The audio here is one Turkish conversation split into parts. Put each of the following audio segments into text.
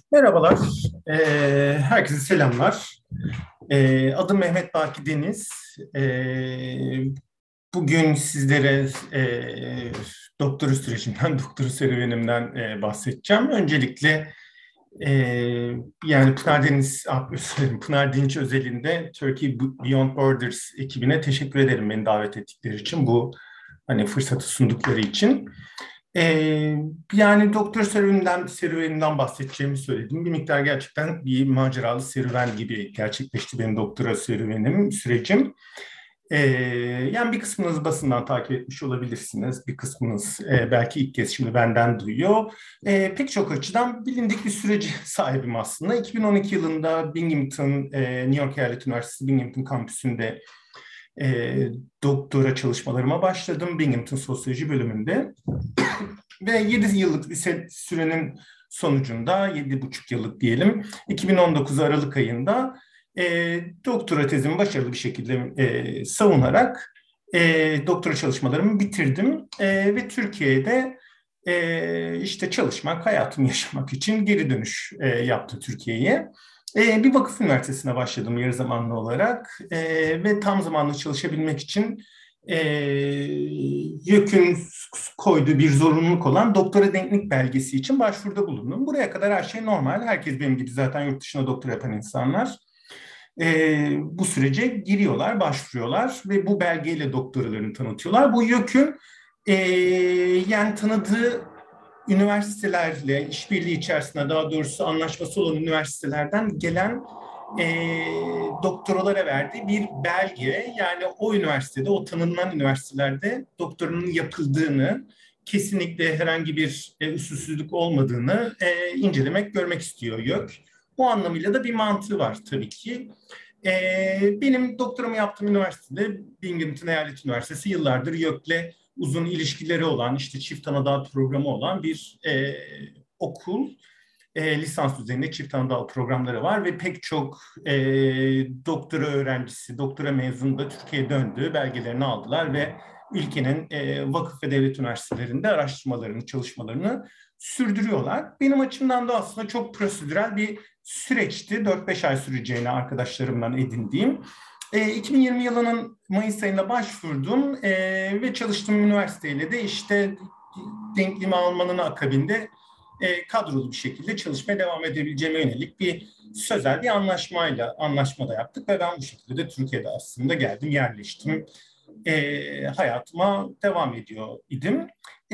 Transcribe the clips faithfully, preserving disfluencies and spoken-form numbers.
Merhabalar, Ee, herkese selamlar. Ee, adım Mehmet Baki Deniz. Ee, bugün sizlere e, doktora sürecimden, doktora serüvenimden e, bahsedeceğim. Öncelikle e, yani Pınar Deniz, ah, özür dilerim, Pınar Dinç özelinde Turkey Beyond Borders ekibine teşekkür ederim beni davet ettikleri için, bu hani fırsatı sundukları için. Ee, yani doktor serüveninden, serüveninden bahsedeceğimi söyledim. Bir miktar gerçekten bir maceralı serüven gibi gerçekleşti benim doktora serüvenim, sürecim. Ee, yani bir kısmınız basından takip etmiş olabilirsiniz. Bir kısmınız e, belki ilk kez şimdi benden duyuyor. Ee, pek çok açıdan bilindik bir süreci sahibim aslında. iki bin on iki yılında Binghamton, e, New York Eyalet Üniversitesi Binghamton kampüsünde e, doktora çalışmalarıma başladım. Binghamton Sosyoloji bölümünde. Ve yedi yıllık bir sürenin sonucunda, yedi buçuk yıllık diyelim, iki bin on dokuz Aralık ayında e, doktora tezimi başarılı bir şekilde e, savunarak e, doktora çalışmalarımı bitirdim. E, ve Türkiye'de e, işte çalışmak, hayatımı yaşamak için geri dönüş e, yaptım Türkiye'ye. E, bir vakıf üniversitesine başladım yarı zamanlı olarak e, ve tam zamanlı çalışabilmek için e, YÖK'ün koyduğu bir zorunluluk olan doktora denklik belgesi için başvuruda bulundum. Buraya kadar her şey normal. Herkes benim gibi zaten yurt dışında doktora yapan insanlar. E, bu sürece giriyorlar, başvuruyorlar ve bu belgeyle doktoralarını tanıtıyorlar. Bu YÖK'ün e, yani tanıdığı üniversitelerle işbirliği içerisinde, daha doğrusu anlaşması olan üniversitelerden gelen e, doktoralara verdiği bir belge. Yani o üniversitede, o tanınılan üniversitelerde doktorunun yapıldığını, kesinlikle herhangi bir e, usulsüzlük olmadığını e, incelemek, görmek istiyor YÖK. Bu anlamıyla da bir mantığı var tabii ki. E, benim doktoramı yaptığım üniversitede Binghamton Eyalet Üniversitesi, yıllardır YÖK'le uzun ilişkileri olan, işte çift anadal programı olan bir e, okul. E, lisans düzeyinde çift anadal programları var ve pek çok e, doktora öğrencisi, doktora mezunu da Türkiye'ye döndü, belgelerini aldılar ve ülkenin e, vakıf ve devlet üniversitelerinde araştırmalarını, çalışmalarını sürdürüyorlar. Benim açımdan da aslında çok prosedürel bir süreçti. dört beş ay süreceğini arkadaşlarımdan edindiğim. E, iki bin yirmi yılının Mayıs ayında başvurdum e, ve çalıştığım üniversiteyle de işte denklimi almanın akabinde e, kadrolu bir şekilde çalışmaya devam edebileceğime yönelik bir sözel bir anlaşmayla anlaşmada yaptık ve ben bu şekilde de Türkiye'de aslında geldim, yerleştim. E, hayatıma devam ediyor idim. E,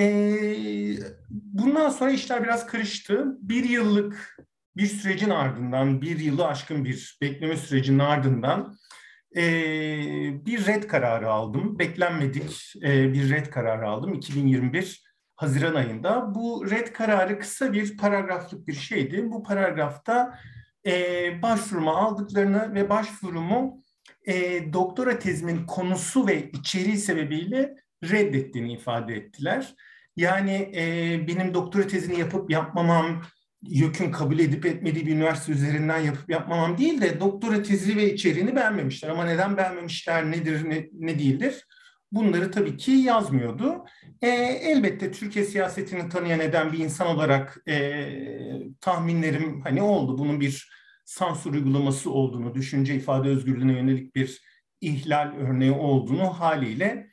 bundan sonra işler biraz karıştı. Bir yıllık bir sürecin ardından, bir yılı aşkın bir bekleme sürecinin ardından e, bir red kararı aldım. Beklenmedik e, bir red kararı aldım iki bin yirmi bir Haziran ayında. Bu red kararı kısa bir paragraflık bir şeydi. Bu paragrafta e, başvuruma aldıklarını ve başvurumu e, doktora tezimin konusu ve içeriği sebebiyle reddettiğini ifade ettiler. Yani e, benim doktora tezini yapıp yapmamam, YÖK'ün kabul edip etmediği bir üniversite üzerinden yapıp yapmamam değil de doktora tezi ve içeriğini beğenmemişler. Ama neden beğenmemişler, nedir, ne, ne değildir? Bunları tabii ki yazmıyordu. E, elbette Türkiye siyasetini tanıyan eden bir insan olarak e, tahminlerim hani oldu. Bunun bir sansür uygulaması olduğunu, düşünce ifade özgürlüğüne yönelik bir ihlal örneği olduğunu haliyle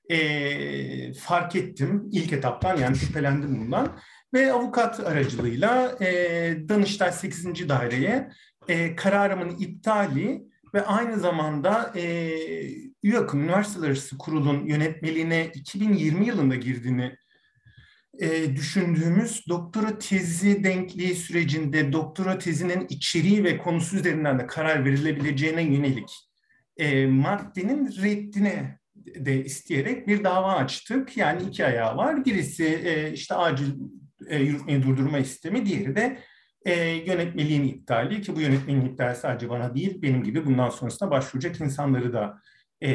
e, fark ettim ilk etaptan, yani şüphelendim bundan ve avukat aracılığıyla e, Danıştay sekizinci daireye e, kararımın iptali ve aynı zamanda e, ÜYAK'ın Üniversiteler Arası Kurul'un yönetmeliğine iki bin yirmi yılında girdiğini e, düşündüğümüz doktora tezi denkliği sürecinde doktora tezinin içeriği ve konusu üzerinden de karar verilebileceğine yönelik e, maddenin reddine de isteyerek bir dava açtık. Yani iki ayağı var. Birisi e, işte acil e, yürütmeyi durdurma istemi, diğeri de e, yönetmeliğin iptali, ki bu yönetmeliğin iptali sadece bana değil, benim gibi bundan sonrasında başvuracak insanları da e,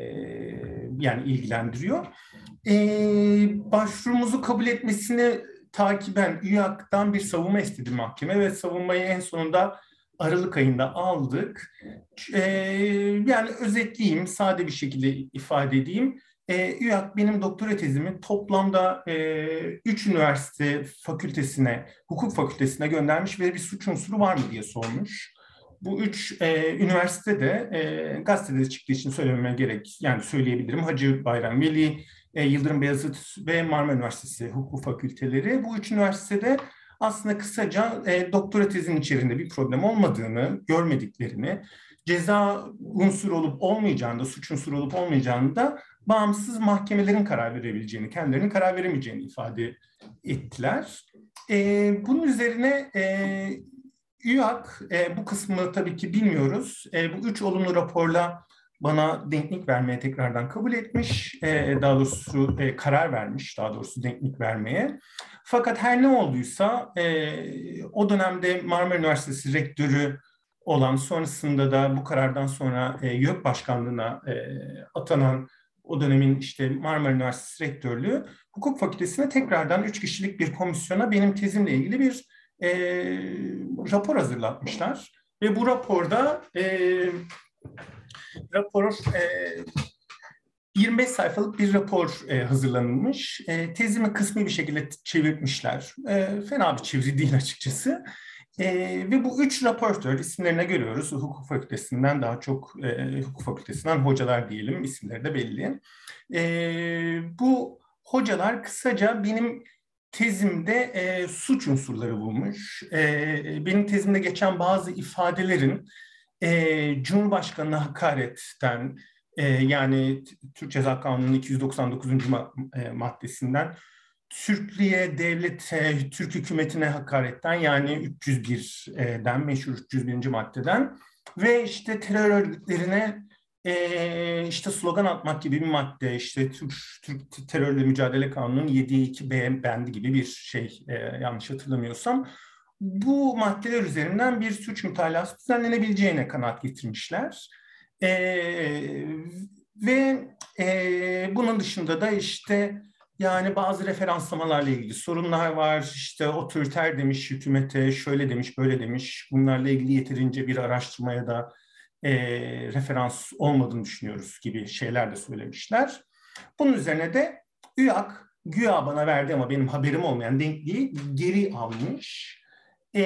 yani ilgilendiriyor. E, başvurumuzu kabul etmesini takiben ÜYAK'tan bir savunma istedi mahkeme ve savunmayı en sonunda Aralık ayında aldık. E, yani özetleyeyim, sade bir şekilde ifade edeyim. E, ÜYAK benim doktora tezimi toplamda e, üç üniversite fakültesine, hukuk fakültesine göndermiş ve bir suç unsuru var mı diye sormuş. Bu üç e, üniversite de e, gazetede çıktığı için söylememe gerek, yani söyleyebilirim. Hacı Bayram Veli, e, Yıldırım Beyazıt ve Marmara Üniversitesi hukuk fakülteleri. Bu üç üniversitede aslında kısaca e, doktora tezinin içerisinde bir problem olmadığını, görmediklerini, ceza unsuru olup olmayacağını da, suç unsuru olup olmayacağını da bağımsız mahkemelerin karar verebileceğini, kendilerinin karar veremeyeceğini ifade ettiler. E, bunun üzerine e, ÜYAK, e, bu kısmı tabii ki bilmiyoruz. E, bu üç olumlu raporla bana denklik vermeye tekrardan kabul etmiş, e, daha doğrusu e, karar vermiş, daha doğrusu denklik vermeye. Fakat her ne olduysa e, o dönemde Marmara Üniversitesi rektörü olan, sonrasında da bu karardan sonra e, YÖK Başkanlığı'na e, atanan o dönemin işte Marmara Üniversitesi rektörlüğü hukuk fakültesine tekrardan üç kişilik bir komisyona benim tezimle ilgili bir e, rapor hazırlatmışlar. Ve bu raporda e, rapor e, yirmi beş sayfalık bir rapor e, hazırlanılmış. E, tezimi kısmi bir şekilde çevirmişler. E, fena bir çeviri değil açıkçası. E, ve bu üç raportör, isimlerine görüyoruz. Hukuk fakültesinden, daha çok e, hukuk fakültesinden hocalar diyelim, isimleri de belli. E, bu hocalar kısaca benim tezimde e, suç unsurları bulmuş. E, benim tezimde geçen bazı ifadelerin e, Cumhurbaşkanı'na hakaretten, e, yani Türk Ceza Kanunu'nun iki yüz doksan dokuzuncu maddesinden Türkiye devlete, Türk hükümetine hakaretten, yani üç yüz birden, meşhur üç yüz birinci maddeden ve işte terör örgütlerine e, işte slogan atmak gibi bir madde, işte Türk, Türk Terörle Mücadele Kanunu'nun yedi iki B bendi gibi bir şey, e, yanlış hatırlamıyorsam. Bu maddeler üzerinden bir suç mütalası düzenlenebileceğine kanaat getirmişler. E, ve e, bunun dışında da işte yani bazı referanslamalarla ilgili sorunlar var. İşte otoriter demiş hükümete, şöyle demiş, böyle demiş. Bunlarla ilgili yeterince bir araştırmaya da e, referans olmadığını düşünüyoruz gibi şeyler de söylemişler. Bunun üzerine de ÜYAK güya bana verdi ama benim haberim olmayan denkliği geri almış. E,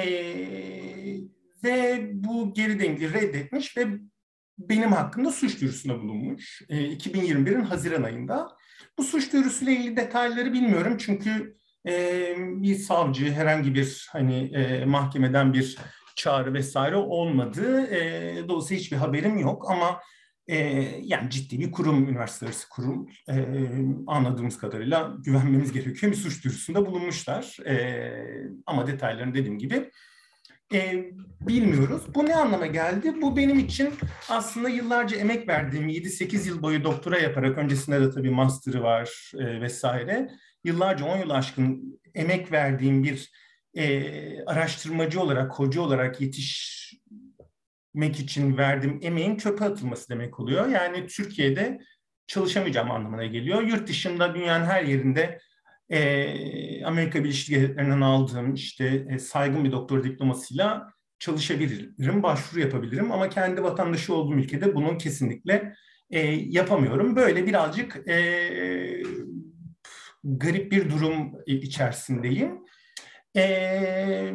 ve bu geri denkliği reddetmiş ve benim hakkımda suç duyurusunda bulunmuş. E, iki bin yirmi birin Haziran ayında. Bu suç duyurusuyla ilgili detayları bilmiyorum çünkü e, bir savcı, herhangi bir hani e, mahkemeden bir çağrı vesaire olmadı. E, dolayısıyla hiçbir haberim yok ama e, yani ciddi bir kurum, üniversite arası kurum. E, anladığımız kadarıyla güvenmemiz gerekiyor. Bir suç duyurusunda bulunmuşlar. E, ama detaylarını dediğim gibi e, bilmiyoruz. Bu ne anlama geldi? Bu benim için aslında yıllarca emek verdiğim, yedi sekiz yıl boyu doktora yaparak, öncesinde de tabii master'ı var e, vesaire, yıllarca on yıl aşkın emek verdiğim bir e, araştırmacı olarak, hoca olarak yetişmek için verdiğim emeğin çöpe atılması demek oluyor. Yani Türkiye'de çalışamayacağım anlamına geliyor. Yurt dışında, dünyanın her yerinde e, Amerika Birleşik Devletleri'nden aldığım işte e, saygın bir doktor diplomasıyla çalışabilirim, başvuru yapabilirim ama kendi vatandaşı olduğum ülkede bunu kesinlikle e, yapamıyorum. Böyle birazcık e, garip bir durum içerisindeyim. E,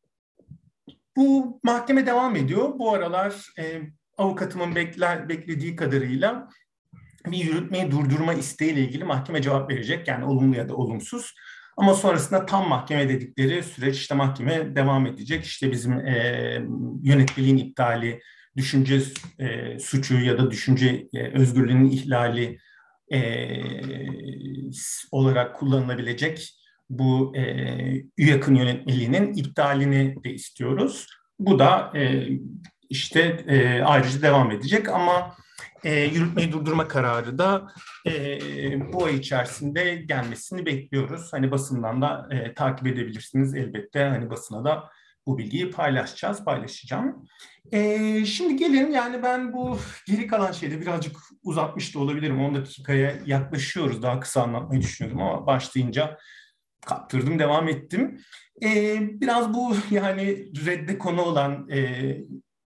bu mahkeme devam ediyor. Bu aralar e, avukatımın bekler, beklediği kadarıyla bir yürütmeyi durdurma isteğiyle ilgili mahkeme cevap verecek. Yani olumlu ya da olumsuz. Ama sonrasında tam mahkeme dedikleri süreç, işte mahkeme devam edecek. İşte bizim e, yönetmeliğin iptali, düşünce e, suçu ya da düşünce e, özgürlüğünün ihlali e, olarak kullanılabilecek bu e, ÜYAK'ın yönetmeliğinin iptalini de istiyoruz. Bu da e, işte e, ayrıca devam edecek ama e, yürütmeyi durdurma kararı da e, bu ay içerisinde gelmesini bekliyoruz. Hani basından da e, takip edebilirsiniz elbette. Hani basına da bu bilgiyi paylaşacağız, paylaşacağım. E, şimdi gelin, yani ben bu geri kalan şeyde birazcık uzatmış da olabilirim. on dakikaya yaklaşıyoruz. Daha kısa anlatmayı düşünüyordum ama başlayınca kaptırdım, devam ettim. E, biraz bu yani redde konu olan e,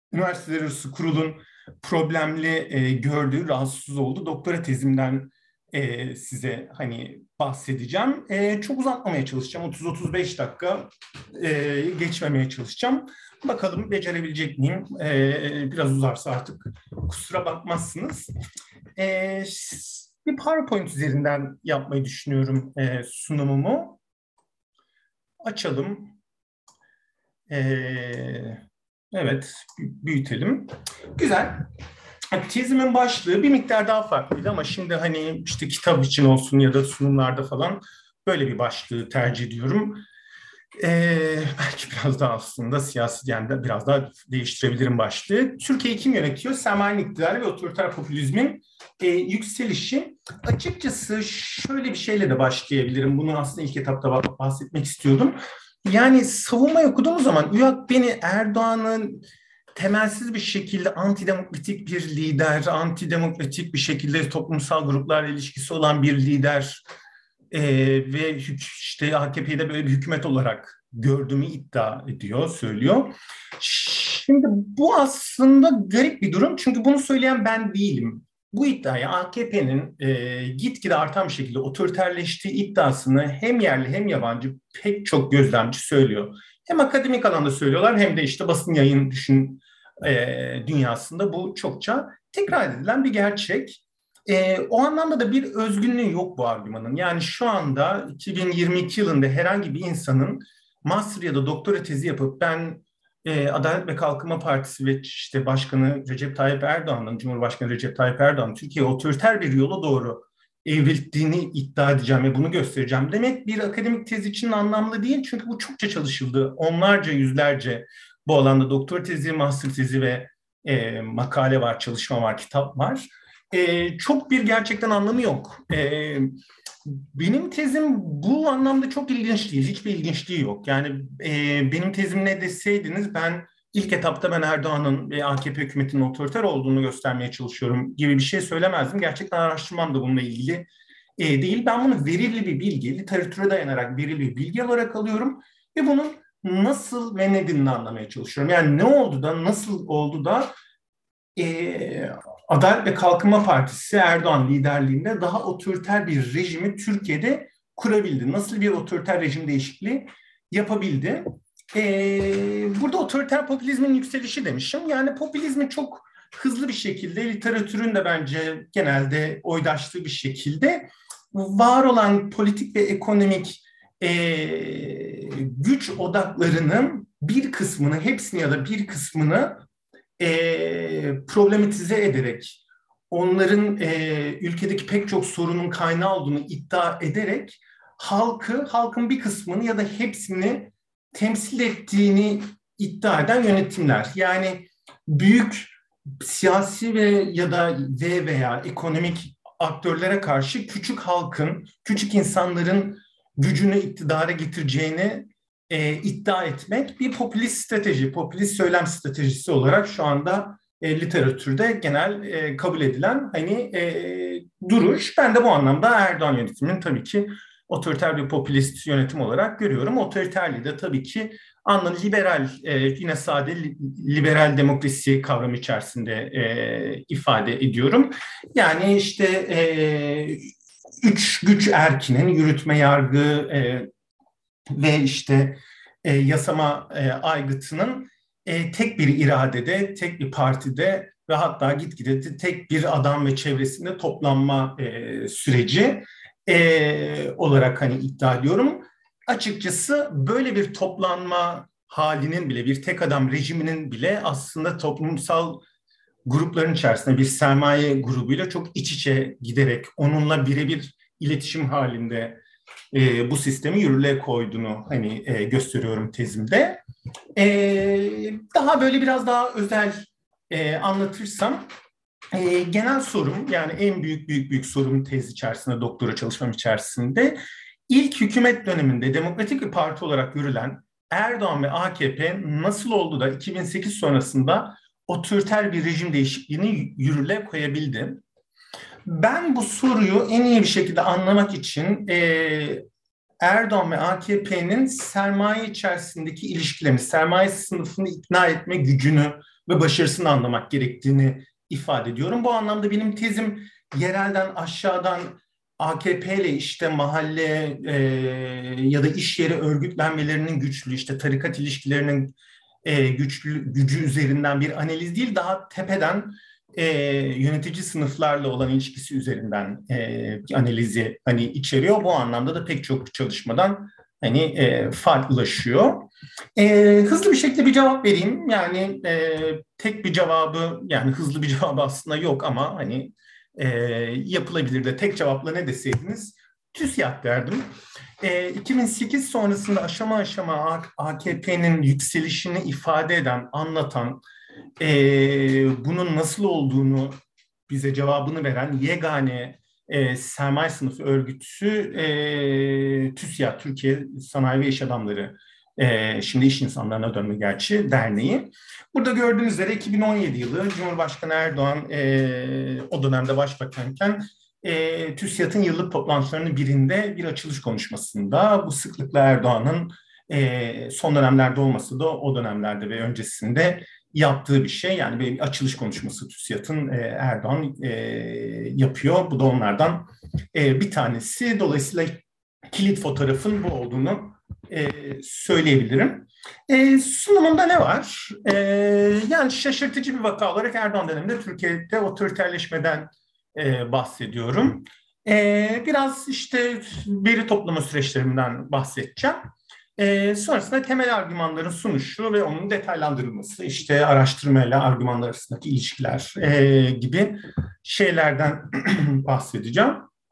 üniversiteler arası kurulun problemli e, gördüğü, rahatsız olduğu doktora tezimden e, size hani bahsedeceğim. E, çok uzatmamaya çalışacağım. otuz otuz beş dakika e, geçmemeye çalışacağım. Bakalım becerebilecek miyim? E, biraz uzarsa artık kusura bakmazsınız. E, bir PowerPoint üzerinden yapmayı düşünüyorum e, sunumumu. Açalım. E, evet, büyütelim. Güzel. Tezimin başlığı bir miktar daha farklıydı ama şimdi hani işte kitap için olsun ya da sunumlarda falan böyle bir başlığı tercih ediyorum. Ee, belki biraz daha aslında siyasi yani de biraz daha değiştirebilirim başlığı. Türkiye'yi kim yönetiyor? Sermayenin iktidarı ve otoriter popülizmin e, yükselişi. Açıkçası şöyle bir şeyle de başlayabilirim. Bunu aslında ilk etapta bahsetmek istiyordum. Yani savunmayı okuduğumuz zaman ÜYAK beni Erdoğan'ın temelsiz bir şekilde antidemokratik bir lider, antidemokratik bir şekilde toplumsal gruplarla ilişkisi olan bir lider e, ve işte A K P'yi de böyle bir hükümet olarak gördüğümü iddia ediyor, söylüyor. Şimdi bu aslında garip bir durum çünkü bunu söyleyen ben değilim. Bu iddiayı A K P'nin e, gitgide artan bir şekilde otoriterleştiği iddiasını hem yerli hem yabancı pek çok gözlemci söylüyor. Hem akademik alanda söylüyorlar hem de işte basın yayın düşün e, dünyasında bu çokça tekrar edilen bir gerçek. E, o anlamda da bir özgünlüğü yok bu argümanın. Yani şu anda iki bin yirmi iki yılında herhangi bir insanın master ya da doktora tezi yapıp ben e, Adalet ve Kalkınma Partisi ve işte Başkanı Recep Tayyip Erdoğan'ın, Cumhurbaşkanı Recep Tayyip Erdoğan Türkiye'yi otoriter bir yola doğru evrildiğini iddia edeceğim ve bunu göstereceğim demek bir akademik tez için anlamlı değil. Çünkü bu çokça çalışıldı. Onlarca, yüzlerce bu alanda doktora tezi, master tezi ve e, makale var, çalışma var, kitap var. E, çok bir gerçekten anlamı yok. E, benim tezim bu anlamda çok ilginç değil. Hiçbir ilginçliği yok. Yani e, benim tezim ne deseydiniz ben ilk etapta ben Erdoğan'ın ve A K P hükümetinin otoriter olduğunu göstermeye çalışıyorum gibi bir şey söylemezdim. Gerçekten araştırmam da bununla ilgili e, değil. Ben bunu verili bir bilgi, literatüre dayanarak verili bir bilgi olarak alıyorum ve bunun nasıl ve nedenini anlamaya çalışıyorum. Yani ne oldu da, nasıl oldu da e, Adalet ve Kalkınma Partisi Erdoğan liderliğinde daha otoriter bir rejimi Türkiye'de kurabildi. Nasıl bir otoriter rejim değişikliği yapabildi? E, burada otoriter popülizmin yükselişi demişim. Yani popülizmi çok hızlı bir şekilde literatürün de bence genelde oydaştığı bir şekilde var olan politik ve ekonomik e, güç odaklarının bir kısmını, hepsini ya da bir kısmını e, problematize ederek, onların e, ülkedeki pek çok sorunun kaynağı olduğunu iddia ederek halkı, halkın bir kısmını ya da hepsini temsil ettiğini iddia eden yönetimler. Yani büyük siyasi ve ya da ve veya ekonomik aktörlere karşı küçük halkın, küçük insanların gücünü iktidara getireceğini e, iddia etmek bir popülist strateji, popülist söylem stratejisi olarak şu anda e, literatürde genel e, kabul edilen hani e, duruş. Ben de bu anlamda Erdoğan yönetiminin tabii ki otoriter bir popülist yönetim olarak görüyorum. Otoriterliği de tabii ki anlamı liberal, e, yine sade liberal demokrasi kavramı içerisinde e, ifade ediyorum. Yani işte e, üç güç erkinin yürütme, yargı, e, ve işte e, yasama e, aygıtının e, tek bir iradede, tek bir partide ve hatta gitgide de tek bir adam ve çevresinde toplanma e, süreci e, olarak hani iddia ediyorum. Açıkçası böyle bir toplanma halinin bile, bir tek adam rejiminin bile aslında toplumsal grupların içerisinde bir sermaye grubuyla çok iç içe giderek onunla birebir iletişim halinde e, bu sistemi yürürlüğe koyduğunu hani e, gösteriyorum tezimde. E, daha böyle biraz daha özel e, anlatırsam e, genel sorum yani en büyük büyük büyük sorum tez içerisinde doktora çalışmam içerisinde ilk hükümet döneminde demokratik bir parti olarak görülen Erdoğan ve A K P nasıl oldu da iki bin sekiz sonrasında otoriter bir rejim değişikliğini yürürlüğe koyabildi? Ben bu soruyu en iyi bir şekilde anlamak için e, Erdoğan ve A K P'nin sermaye içerisindeki ilişkilerini, sermaye sınıfını ikna etme gücünü ve başarısını anlamak gerektiğini ifade ediyorum. Bu anlamda benim tezim yerelden aşağıdan A K P ile işte mahalle e, ya da iş yeri örgütlenmelerinin güçlü, işte tarikat ilişkilerinin e, güçlü gücü üzerinden bir analiz değil, daha tepeden e, yönetici sınıflarla olan ilişkisi üzerinden e, bir analizi hani içeriyor. Bu anlamda da pek çok çalışmadan hani e, farklılaşıyor. E, hızlı bir şekilde bir cevap vereyim. Yani e, tek bir cevabı, yani hızlı bir cevabı aslında yok ama hani e, yapılabilir de, tek cevapla ne deseydiniz TÜSİAD derdim. E, iki bin sekiz sonrasında aşama aşama A K P'nin yükselişini ifade eden, anlatan, e, bunun nasıl olduğunu bize cevabını veren yegane e, sermaye sınıfı örgütü e, TÜSİAD, Türkiye Sanayi ve İş Adamları, e, şimdi iş insanlarına dönme gerçi, derneği. Burada gördüğünüz üzere iki bin on yedi yılı Cumhurbaşkanı Erdoğan e, o dönemde başbakanken e, TÜSİAD'ın yıllık toplantılarının birinde bir açılış konuşmasında, bu sıklıkla Erdoğan'ın e, son dönemlerde olması da o dönemlerde ve öncesinde yaptığı bir şey. Yani bir açılış konuşması TÜSİAD'ın e, Erdoğan e, yapıyor. Bu da onlardan e, bir tanesi. Dolayısıyla kilit fotoğrafın bu olduğunu e, söyleyebilirim. E, sunumunda ne var? E, yani şaşırtıcı bir vaka olarak Erdoğan döneminde Türkiye'de otoriterleşmeden e, bahsediyorum. E, biraz işte veri toplama süreçlerinden bahsedeceğim. E, sonrasında temel argümanların sunuşu ve onun detaylandırılması, işte araştırmayla argümanlar arasındaki ilişkiler e, gibi şeylerden bahsedeceğim.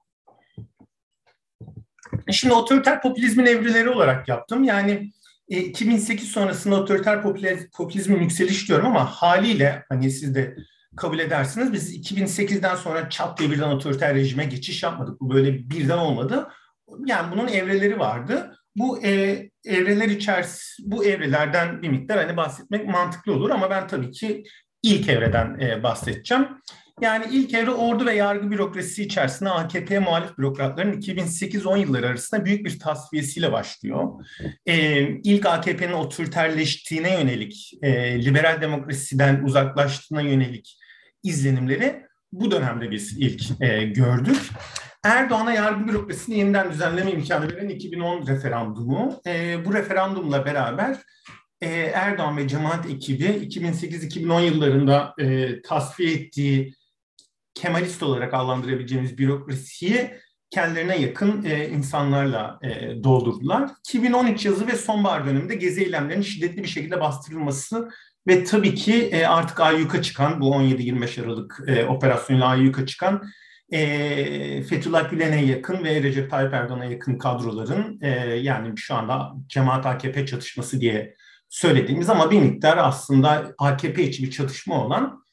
Şimdi otoriter popülizmin evreleri olarak yaptım. Yani e, iki bin sekiz sonrasında otoriter popülizmin yükseliş diyorum ama haliyle hani siz de kabul edersiniz, biz iki bin sekizden sonra çat diye birden otoriter rejime geçiş yapmadık. Bu böyle birden olmadı. Yani bunun evreleri vardı. Bu e, evreler içerisinde, bu evrelerden bir miktar hani bahsetmek mantıklı olur ama ben tabii ki ilk evreden e, bahsedeceğim. Yani ilk evre ordu ve yargı bürokrasisi içerisinde A K P muhalif bürokratların iki bin sekiz on yılları arasında büyük bir tasfiyesiyle başlıyor. Ee, ilk A K P'nin otoriterleştiğine yönelik, e, liberal demokrasiden uzaklaştığına yönelik izlenimleri bu dönemde biz ilk e, gördük. Erdoğan'a yargı bürokrasisini yeniden düzenleme imkanı veren iki bin on referandumu. E, bu referandumla beraber e, Erdoğan ve cemaat ekibi iki bin sekiz iki bin on yıllarında e, tasfiye ettiği Kemalist olarak adlandırabileceğimiz bürokrasiyi kendilerine yakın e, insanlarla e, doldurdular. iki bin on üç yazı ve sonbahar döneminde gezi eylemlerinin şiddetli bir şekilde bastırılması ve tabii ki e, artık ayyuka çıkan, bu on yedi yirmi beş Aralık e, operasyonuyla ayyuka çıkan e, Fethullah Gülen'e yakın ve Recep Tayyip Erdoğan'a yakın kadroların, e, yani şu anda cemaat A K P çatışması diye söylediğimiz ama bir miktar aslında A K P içi bir çatışma olan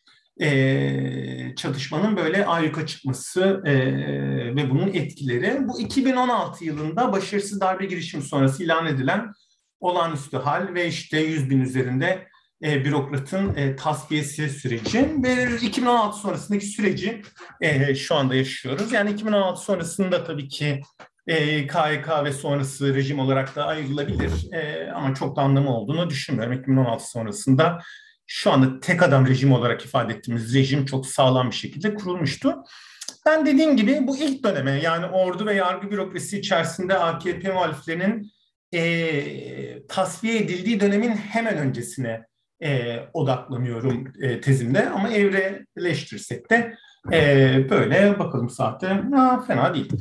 e, çatışmanın böyle ayyuka çıkması e, ve bunun etkileri. Bu iki bin on altı yılında başarısız darbe girişimi sonrası ilan edilen olağanüstü hal ve işte yüz bin üzerinde e, bürokratın e, tasfiyesi süreci ve iki bin on altı sonrasındaki süreci e, şu anda yaşıyoruz. Yani iki bin on altı sonrasında tabii ki e, K Y K ve sonrası rejim olarak da ayrılabilir e, ama çok da anlamı olduğunu düşünmüyorum. iki bin on altı sonrasında şu anda tek adam rejimi olarak ifade ettiğimiz rejim çok sağlam bir şekilde kurulmuştu. Ben dediğim gibi bu ilk döneme, yani ordu ve yargı bürokrasisi içerisinde A K P muhaliflerinin e, tasfiye edildiği dönemin hemen öncesine e, odaklanıyorum e, tezimde. Ama evreleştirsek de e, böyle bakalım saate, ha, fena değil.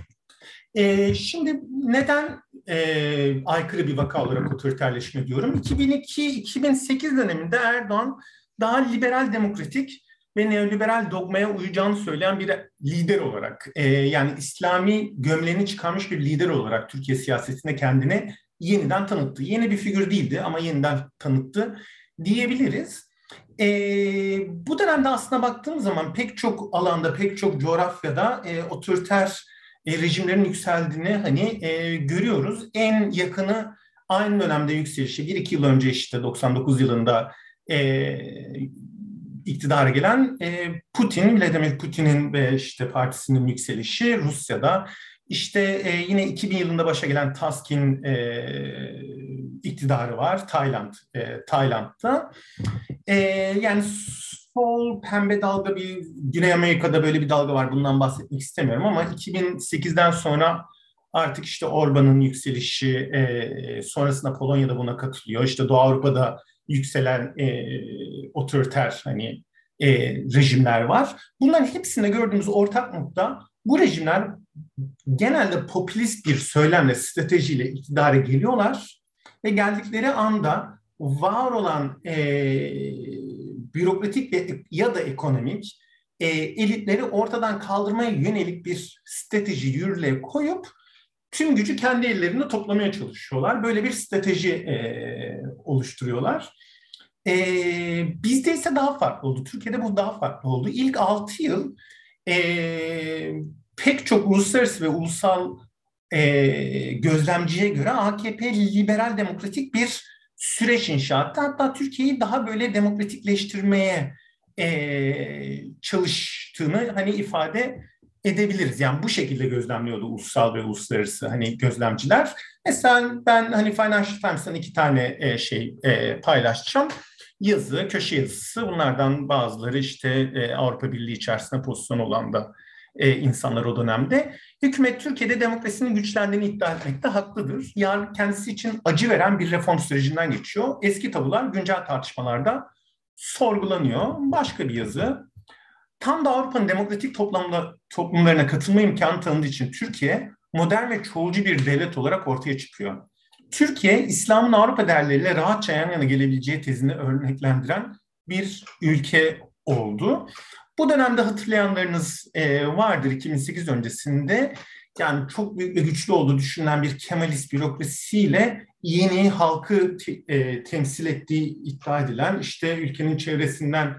E, şimdi neden e, aykırı bir vaka olarak otoriterleşme diyorum? iki bin iki iki bin sekiz döneminde Erdoğan daha liberal demokratik ve neoliberal dogmaya uyacağını söyleyen bir lider olarak, e, yani İslami gömleğini çıkarmış bir lider olarak Türkiye siyasetinde kendini yeniden tanıttı. Yeni bir figür değildi ama yeniden tanıttı diyebiliriz. E, bu dönemde aslında baktığımız zaman pek çok alanda, pek çok coğrafyada e, otoriter e, rejimlerin yükseldiğini hani e, görüyoruz. En yakını aynı dönemde yükselişi, bir iki yıl önce işte doksan dokuz yılında e, iktidara gelen e, Putin, Vladimir Putin'in ve işte partisinin yükselişi Rusya'da. İşte e, yine iki bin yılında başa gelen Taskin e, iktidarı var Tayland, e, Tayland'da. E, yani sol pembe dalga bir Güney Amerika'da böyle bir dalga var. Bundan bahsetmek istemiyorum ama iki bin sekizden sonra artık işte Orban'ın yükselişi, e, sonrasında Polonya'da buna katılıyor. İşte Doğu Avrupa'da yükselen e, otoriter hani e, rejimler var. Bunların hepsinde gördüğümüz ortak nokta, bu rejimler genelde popülist bir söylemle, stratejiyle iktidara geliyorlar ve geldikleri anda var olan e, bürokratik ve, ya da ekonomik e, elitleri ortadan kaldırmaya yönelik bir strateji yürürlüğe koyup tüm gücü kendi ellerinde toplamaya çalışıyorlar. Böyle bir strateji e, oluşturuyorlar. E, Bizde ise daha farklı oldu. Türkiye'de bu daha farklı oldu. İlk altı yıl e, pek çok uluslararası ve ulusal e, gözlemciye göre A K P liberal demokratik bir süreç inşa etti. Hatta Türkiye'yi daha böyle demokratikleştirmeye e, çalıştığını hani ifade edebiliriz. Yani bu şekilde gözlemliyordu ulusal ve uluslararası hani gözlemciler. Mesela ben hani Financial Times'tan iki tane e, şey e, paylaşacağım. Yazı, köşe yazısı. Bunlardan bazıları işte e, Avrupa Birliği içerisinde pozisyon olan da e, insanlar o dönemde. Hükümet Türkiye'de demokrasinin güçlendiğini iddia etmekte haklıdır. Yarın kendisi için acı veren bir reform sürecinden geçiyor. Eski tabular güncel tartışmalarda sorgulanıyor. Başka bir yazı. Tam da Avrupa'nın demokratik toplumda, toplumlarına katılma imkanı tanıdığı için Türkiye modern ve çoğulcu bir devlet olarak ortaya çıkıyor. Türkiye, İslam'ın Avrupa değerleriyle rahatça yan yana gelebileceği tezini örneklendiren bir ülke oldu. Bu dönemde hatırlayanlarınız e, vardır, iki bin sekiz öncesinde yani çok büyük ve güçlü olduğu düşünülen bir Kemalist bürokrasiyle yeni halkı te, e, temsil ettiği iddia edilen, işte ülkenin çevresinden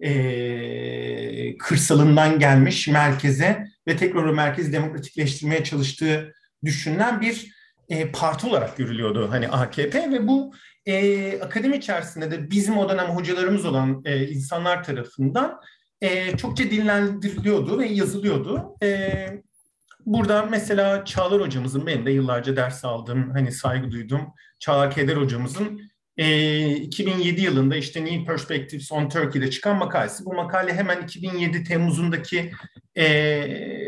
e, kırsalından gelmiş merkeze ve tekrar o merkezi demokratikleştirmeye çalıştığı düşünülen bir e, parti olarak görülüyordu hani A K P ve bu e, akademi içerisinde de bizim o dönem hocalarımız olan e, insanlar tarafından e, çokça dinlendiriliyordu ve yazılıyordu. E, burada mesela Çağlar hocamızın, benim de yıllarca ders aldığım, hani saygı duyduğum Çağlar Keder hocamızın e, iki bin yedi yılında işte New Perspectives on Turkey'de çıkan makalesi. Bu makale hemen iki bin yedi Temmuz'undaki e,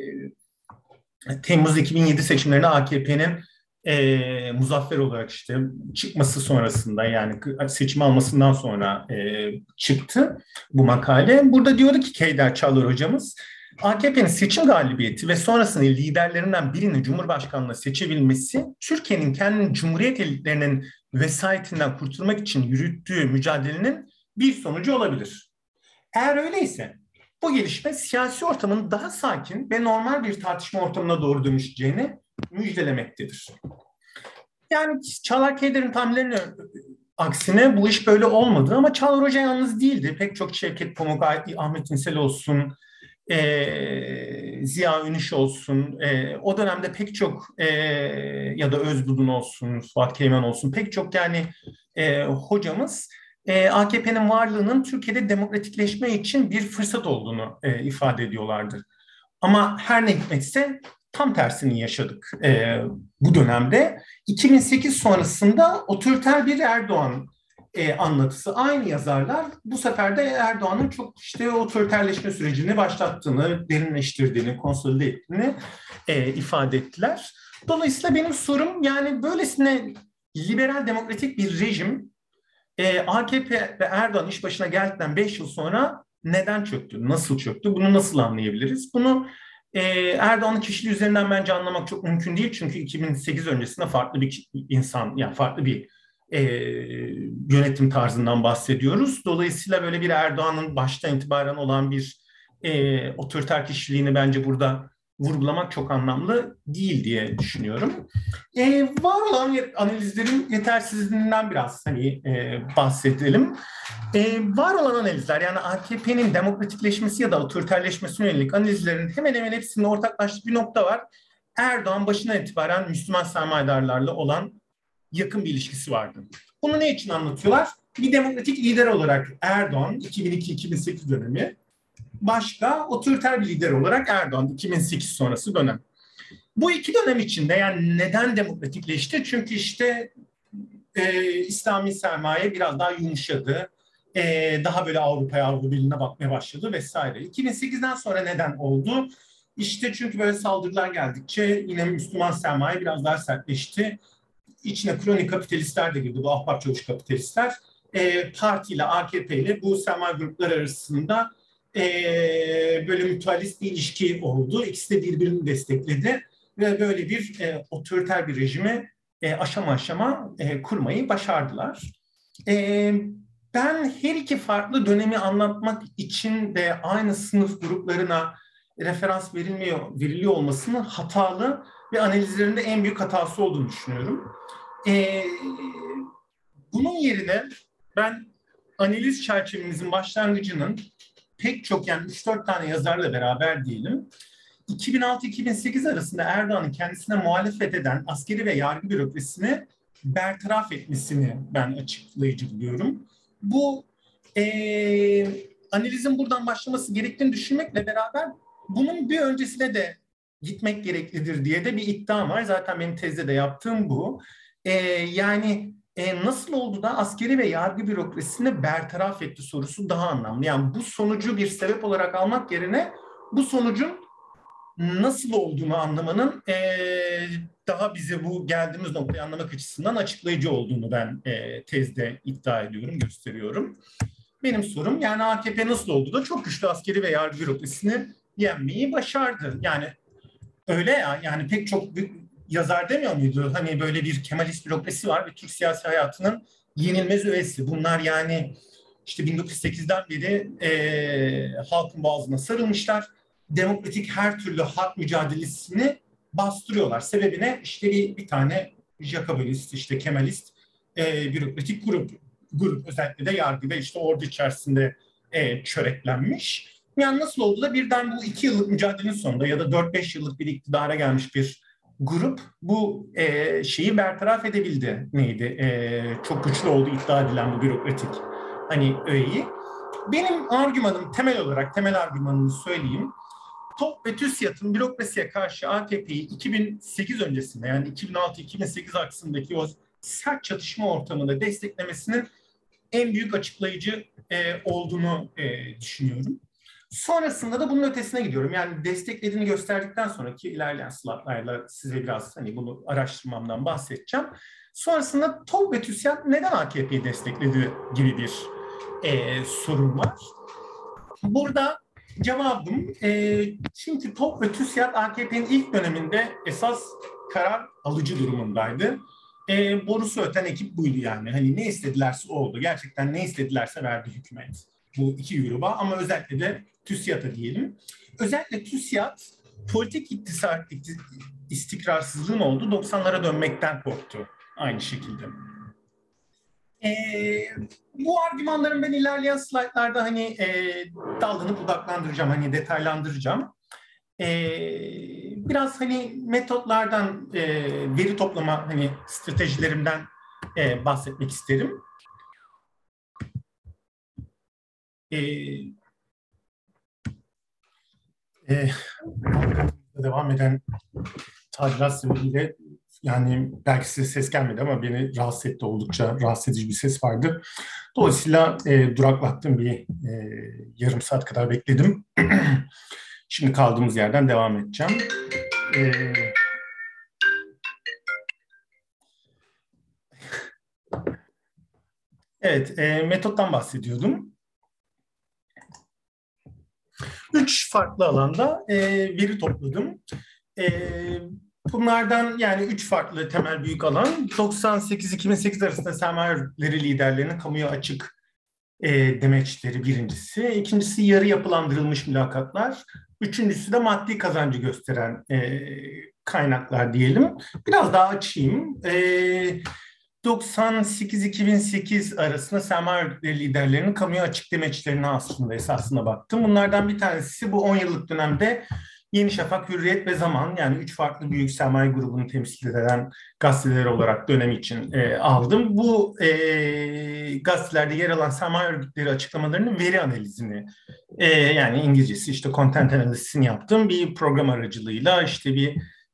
Temmuz iki bin yedi seçimlerine A K P'nin e, muzaffer olarak işte çıkması sonrasında, yani seçim almasından sonra e, çıktı bu makale. Burada diyordu ki Keyder Çağlar hocamız, A K P'nin seçim galibiyeti ve sonrasında liderlerinden birini Cumhurbaşkanlığı seçebilmesi, Türkiye'nin kendini Cumhuriyet elitlerinin vesayetinden kurtulmak için yürüttüğü mücadelenin bir sonucu olabilir. Eğer öyleyse bu gelişme siyasi ortamın daha sakin ve normal bir tartışma ortamına doğru dönüşeceğini müjdelemektedir. Yani Çağlar Keyder'in tahminlerine aksine bu iş böyle olmadı ama Çağlar Hoca yalnız değildi. Pek çok Şevket Pamuk, Ahmet İnsel olsun, e, Ziya Ünüş olsun, e, o dönemde pek çok e, ya da Özbudun olsun, Fuat Keyman olsun, pek çok yani e, hocamız e, A K P'nin varlığının Türkiye'de demokratikleşme için bir fırsat olduğunu e, ifade ediyorlardı. Ama her ne hikmetse tam tersini yaşadık e, bu dönemde. iki bin sekiz sonrasında otoriter bir Erdoğan e, anlatısı. Aynı yazarlar bu sefer de Erdoğan'ın çok işte otoriterleşme sürecini başlattığını, derinleştirdiğini, konsolide ettiğini e, ifade ettiler. Dolayısıyla benim sorum, yani böylesine liberal demokratik bir rejim e, A K P ve Erdoğan iş başına geldikten beş yıl sonra neden çöktü, nasıl çöktü, bunu nasıl anlayabiliriz? Bunu e, Erdoğan'ın kişiliği üzerinden bence anlamak çok mümkün değil. Çünkü iki bin sekiz öncesinde farklı bir insan, yani farklı bir e, yönetim tarzından bahsediyoruz. Dolayısıyla böyle bir Erdoğan'ın baştan itibaren olan bir e, otoriter kişiliğini bence burada vurgulamak çok anlamlı değil diye düşünüyorum. E, var olan analizlerin yetersizliğinden biraz hani e, bahsedelim. E, var olan analizler, yani A K P'nin demokratikleşmesi ya da otoriterleşmesine yönelik analizlerin hemen hemen hepsinde ortaklaştığı bir nokta var. Erdoğan başından itibaren Müslüman sermayedarlarla olan yakın bir ilişkisi vardı. Bunu ne için anlatıyorlar? Bir demokratik lider olarak Erdoğan iki bin iki iki bin sekiz dönemi, başka otoriter bir lider olarak Erdoğan iki bin sekiz sonrası dönem. Bu iki dönem içinde yani neden demokratikleşti? Çünkü işte e, İslami sermaye biraz daha yumuşadı. e, daha böyle Avrupa'ya, Avrupa Birliği'ne bakmaya başladı vesaire. iki bin sekizden sonra neden oldu? İşte çünkü böyle saldırılar geldikçe yine Müslüman sermaye biraz daha sertleşti. İçine kronik kapitalistler de girdi, bu ahbap çavuş kapitalistler. E, partiyle, A K P ile bu sermaye grupları arasında e, böyle mutualist bir ilişki oldu. İkisi de birbirini destekledi ve böyle bir e, otoriter bir rejimi e, aşama aşama e, kurmayı başardılar. E, ben her iki farklı dönemi anlatmak için de aynı sınıf gruplarına referans verilmiyor, veriliyor olmasının hatalı ve analizlerinde en büyük hatası olduğunu düşünüyorum. E, bunun yerine ben analiz çerçevemizin başlangıcının pek çok, yani üç dört tane yazarla beraber diyelim, iki bin altı iki bin sekiz arasında Erdoğan'ın kendisine muhalefet eden askeri ve yargı bürokrasisini bertaraf etmesini ben açıklayıcı buluyorum. Bu e, analizin buradan başlaması gerektiğini düşünmekle beraber bunun bir öncesine de gitmek gereklidir diye de bir iddiam var. Zaten benim tezde de yaptığım bu. E, yani e, nasıl oldu da askeri ve yargı bürokrasisini bertaraf etti sorusu daha anlamlı. Yani bu sonucu bir sebep olarak almak yerine bu sonucun nasıl olduğunu anlamanın e, daha bize bu geldiğimiz noktayı anlamak açısından açıklayıcı olduğunu ben e, tezde iddia ediyorum, gösteriyorum. Benim sorum, yani A K P nasıl oldu da çok güçlü askeri ve yargı bürokrasisini yenmeyi başardı? Yani öyle ya, yani pek çok yazar demiyor muydu? Hani böyle bir Kemalist bürokrasi var ve Türk siyasi hayatının yenilmez öğesi. Bunlar yani işte bin dokuz yüz sekizden beri e, halkın boğazına sarılmışlar. Demokratik her türlü hak mücadelesini bastırıyorlar. Sebebine işte bir, bir tane Jacobinist, işte Kemalist e, bürokratik grup, grup özellikle de yargıda işte ordu içerisinde e, çöreklenmiş. Yani nasıl oldu da birden bu iki yıllık mücadelenin sonunda ya da dört beş yıllık bir iktidara gelmiş bir grup bu e, şeyi bertaraf edebildi. Neydi? E, çok güçlü olduğu iddia edilen bu bürokratik hani öğeyi. Benim argümanım temel olarak, temel argümanımı söyleyeyim. TOP ve TÜSİAD'ın bürokrasiye karşı A K P'yi iki bin sekiz öncesinde, yani iki bin altı iki bin sekiz aksındaki o sert çatışma ortamında desteklemesinin en büyük açıklayıcı e, olduğunu e, düşünüyorum. Sonrasında da bunun ötesine gidiyorum. Yani desteklediğini gösterdikten sonraki ilerleyen slaytlarla size biraz hani bunu araştırmamdan bahsedeceğim. Sonrasında TOP ve TÜSİAD neden A K P'yi destekledi gibi bir e, sorun var. Burada cevabım, e, çünkü TOP ve TÜSİAD A K P'nin ilk döneminde esas karar alıcı durumundaydı. E, borusu öten ekip buydu yani. Hani ne istedilerse oldu. Gerçekten ne istedilerse verdi hükümet. Bu iki gruba, ama özellikle de TÜSİAD'a diyelim. Özellikle TÜSİAD politik iktisar, istikrarsızlığın olduğu doksanlara dönmekten korktu aynı şekilde. Ee, bu argümanların ben ilerleyen slaytlarda hani e, dallanıp budaklandıracağım, hani detaylandıracağım. Ee, biraz hani metotlardan, e, veri toplama hani stratejilerimden e, bahsetmek isterim. Ee, e, devam eden tadilat sebebiyle, yani belki size ses gelmedi ama beni rahatsız etti, oldukça rahatsız edici bir ses vardı. Dolayısıyla e, duraklattım, bir e, yarım saat kadar bekledim. Şimdi kaldığımız yerden devam edeceğim. E, evet, e, metottan bahsediyordum. Üç farklı alanda e, veri topladım. E, bunlardan yani üç farklı temel büyük alan. doksan sekiz iki bin sekiz arasında sermayeleri liderlerinin kamuya açık e, demeçleri birincisi. İkincisi yarı yapılandırılmış mülakatlar. Üçüncüsü de maddi kazancı gösteren e, kaynaklar diyelim. Biraz daha açayım. E, doksan sekiz iki bin sekiz arasında sermaye örgütleri liderlerinin kamuya açık demeçlerine aslında esasına baktım. Bunlardan bir tanesi bu on yıllık dönemde Yeni Şafak, Hürriyet ve Zaman, yani üç farklı büyük sermaye grubunu temsil eden gazeteler olarak dönem için e, aldım. Bu e, gazetelerde yer alan sermaye örgütleri açıklamalarının veri analizini, e, yani İngilizcesi işte content analysisini yaptım. Bir program aracılığıyla işte bir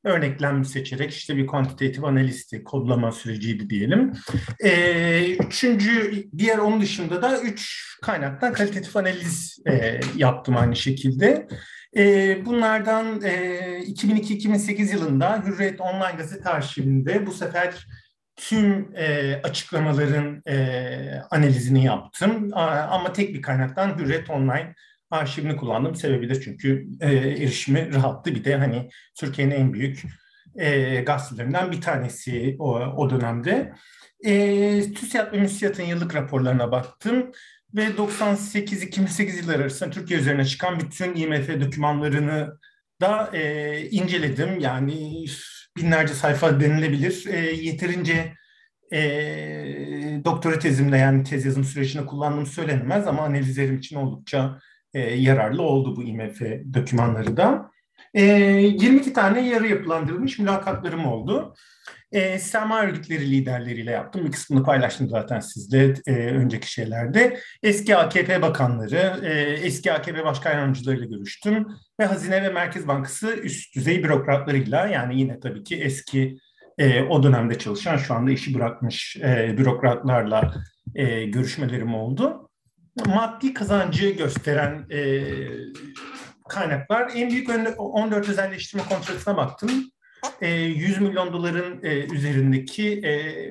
örneklem seçerek işte bir kuantitatif analisti, kodlama süreciydi diyelim. E, üçüncü, diğer onun dışında da üç kaynaktan kalitatif analiz e, yaptım aynı şekilde. E, bunlardan e, iki bin iki iki bin sekiz yılında Hürriyet Online Gazete Arşivinde bu sefer tüm e, açıklamaların e, analizini yaptım. A, ama tek bir kaynaktan Hürriyet Online arşivini kullandım. Sebebi de çünkü e, erişimi rahattı. Bir de hani Türkiye'nin en büyük e, gazetelerinden bir tanesi o, o dönemde. E, TÜSİAD ve MÜSİAD'ın yıllık raporlarına baktım ve doksan sekiz iki bin sekiz yılları arasında Türkiye üzerine çıkan bütün I M F dokümanlarını da e, inceledim. Yani binlerce sayfa denilebilir. E, yeterince e, doktora tezimde yani tez yazım sürecinde kullandığım söylenemez ama analizlerim için oldukça e, yararlı oldu bu I M F dokümanları da. E, yirmi iki tane yarı yapılandırılmış mülakatlarım oldu. E, sermaye örgütleri liderleriyle yaptım. Bir kısmını paylaştım zaten sizle e, önceki şeylerde. Eski A K P bakanları, e, eski A K P başkan yardımcılarıyla görüştüm. Ve Hazine ve Merkez Bankası üst düzey bürokratlarıyla yani yine tabii ki eski e, o dönemde çalışan şu anda işi bırakmış e, bürokratlarla e, görüşmelerim oldu. Maddi kazancı gösteren e, kaynaklar. En büyük on dört özelleştirme kontratına baktım. E, yüz milyon doların e, üzerindeki e,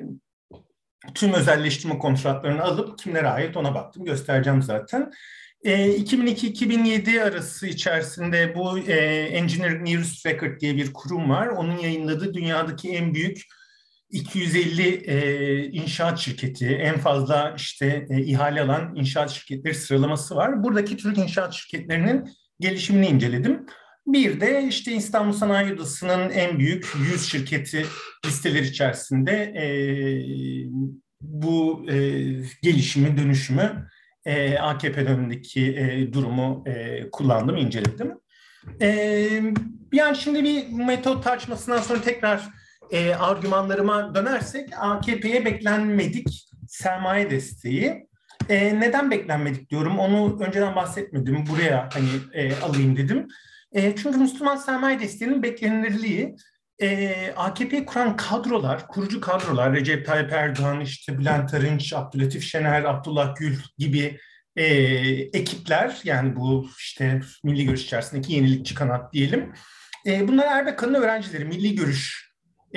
tüm özelleştirme kontratlarını alıp kimlere ait ona baktım. Göstereceğim zaten. E, iki bin iki iki bin yedi arası içerisinde bu e, Engineering News Record diye bir kurum var. Onun yayınladığı dünyadaki en büyük iki yüz elli e, inşaat şirketi, en fazla işte e, ihale alan inşaat şirketleri sıralaması var. Buradaki Türk inşaat şirketlerinin gelişimini inceledim. Bir de işte İstanbul Sanayi Odası'nın en büyük yüz şirketi listeleri içerisinde e, bu e, gelişimi, dönüşümü, e, A K P dönemindeki e, durumu e, kullandım, inceledim. E, yani şimdi bir metot tartışmasından sonra tekrar e, argümanlarıma dönersek A K P'ye beklenmedik sermaye desteği. E, neden beklenmedik diyorum, onu önceden bahsetmedim, buraya hani e, alayım dedim. E, çünkü Müslüman sermaye desteğinin beklenilirliği e, A K P'yi kuran kadrolar, kurucu kadrolar, Recep Tayyip Erdoğan, işte Bülent Arınç, Abdülatif Şener, Abdullah Gül gibi e, ekipler, yani bu işte Milli Görüş içerisindeki yenilikçi kanat diyelim. E, bunlar Erbakan'ın öğrencileri, Milli Görüş e,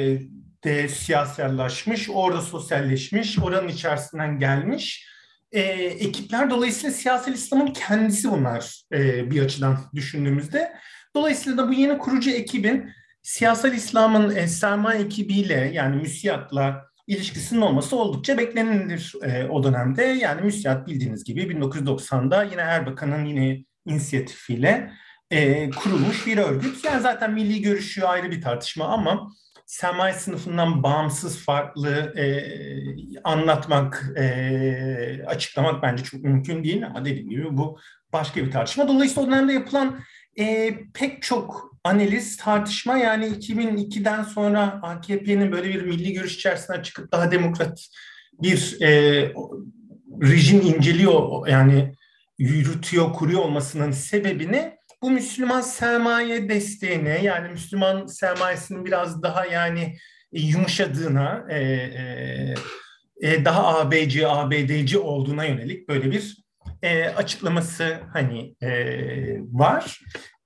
de siyasallaşmış, orada sosyalleşmiş, oranın içerisinden gelmiş e, ekipler. Dolayısıyla siyasal İslam'ın kendisi bunlar e, bir açıdan düşündüğümüzde. Dolayısıyla da bu yeni kurucu ekibin siyasal İslam'ın e, sermaye ekibiyle yani MÜSİAD'la ilişkisinin olması oldukça beklenilir e, o dönemde. Yani MÜSİAD bildiğiniz gibi bin dokuz yüz doksanda yine Erbakan'ın yine inisiyatifiyle e, kurulmuş bir örgüt. Yani zaten milli görüşü ayrı bir tartışma ama sermaye sınıfından bağımsız, farklı e, anlatmak, e, açıklamak bence çok mümkün değil ama dediğim gibi bu başka bir tartışma. Dolayısıyla o dönemde yapılan e, pek çok analiz, tartışma, yani iki bin ikiden sonra A K P'nin böyle bir milli görüş içerisinden çıkıp daha demokrat bir e, rejim inceliyor, yani yürütüyor, kuruyor olmasının sebebini bu Müslüman sermaye desteğine, yani Müslüman sermayesinin biraz daha yani e, yumuşadığına, e, e, e, daha A B'ci, A B D'ci olduğuna yönelik böyle bir e, açıklaması hani e, var.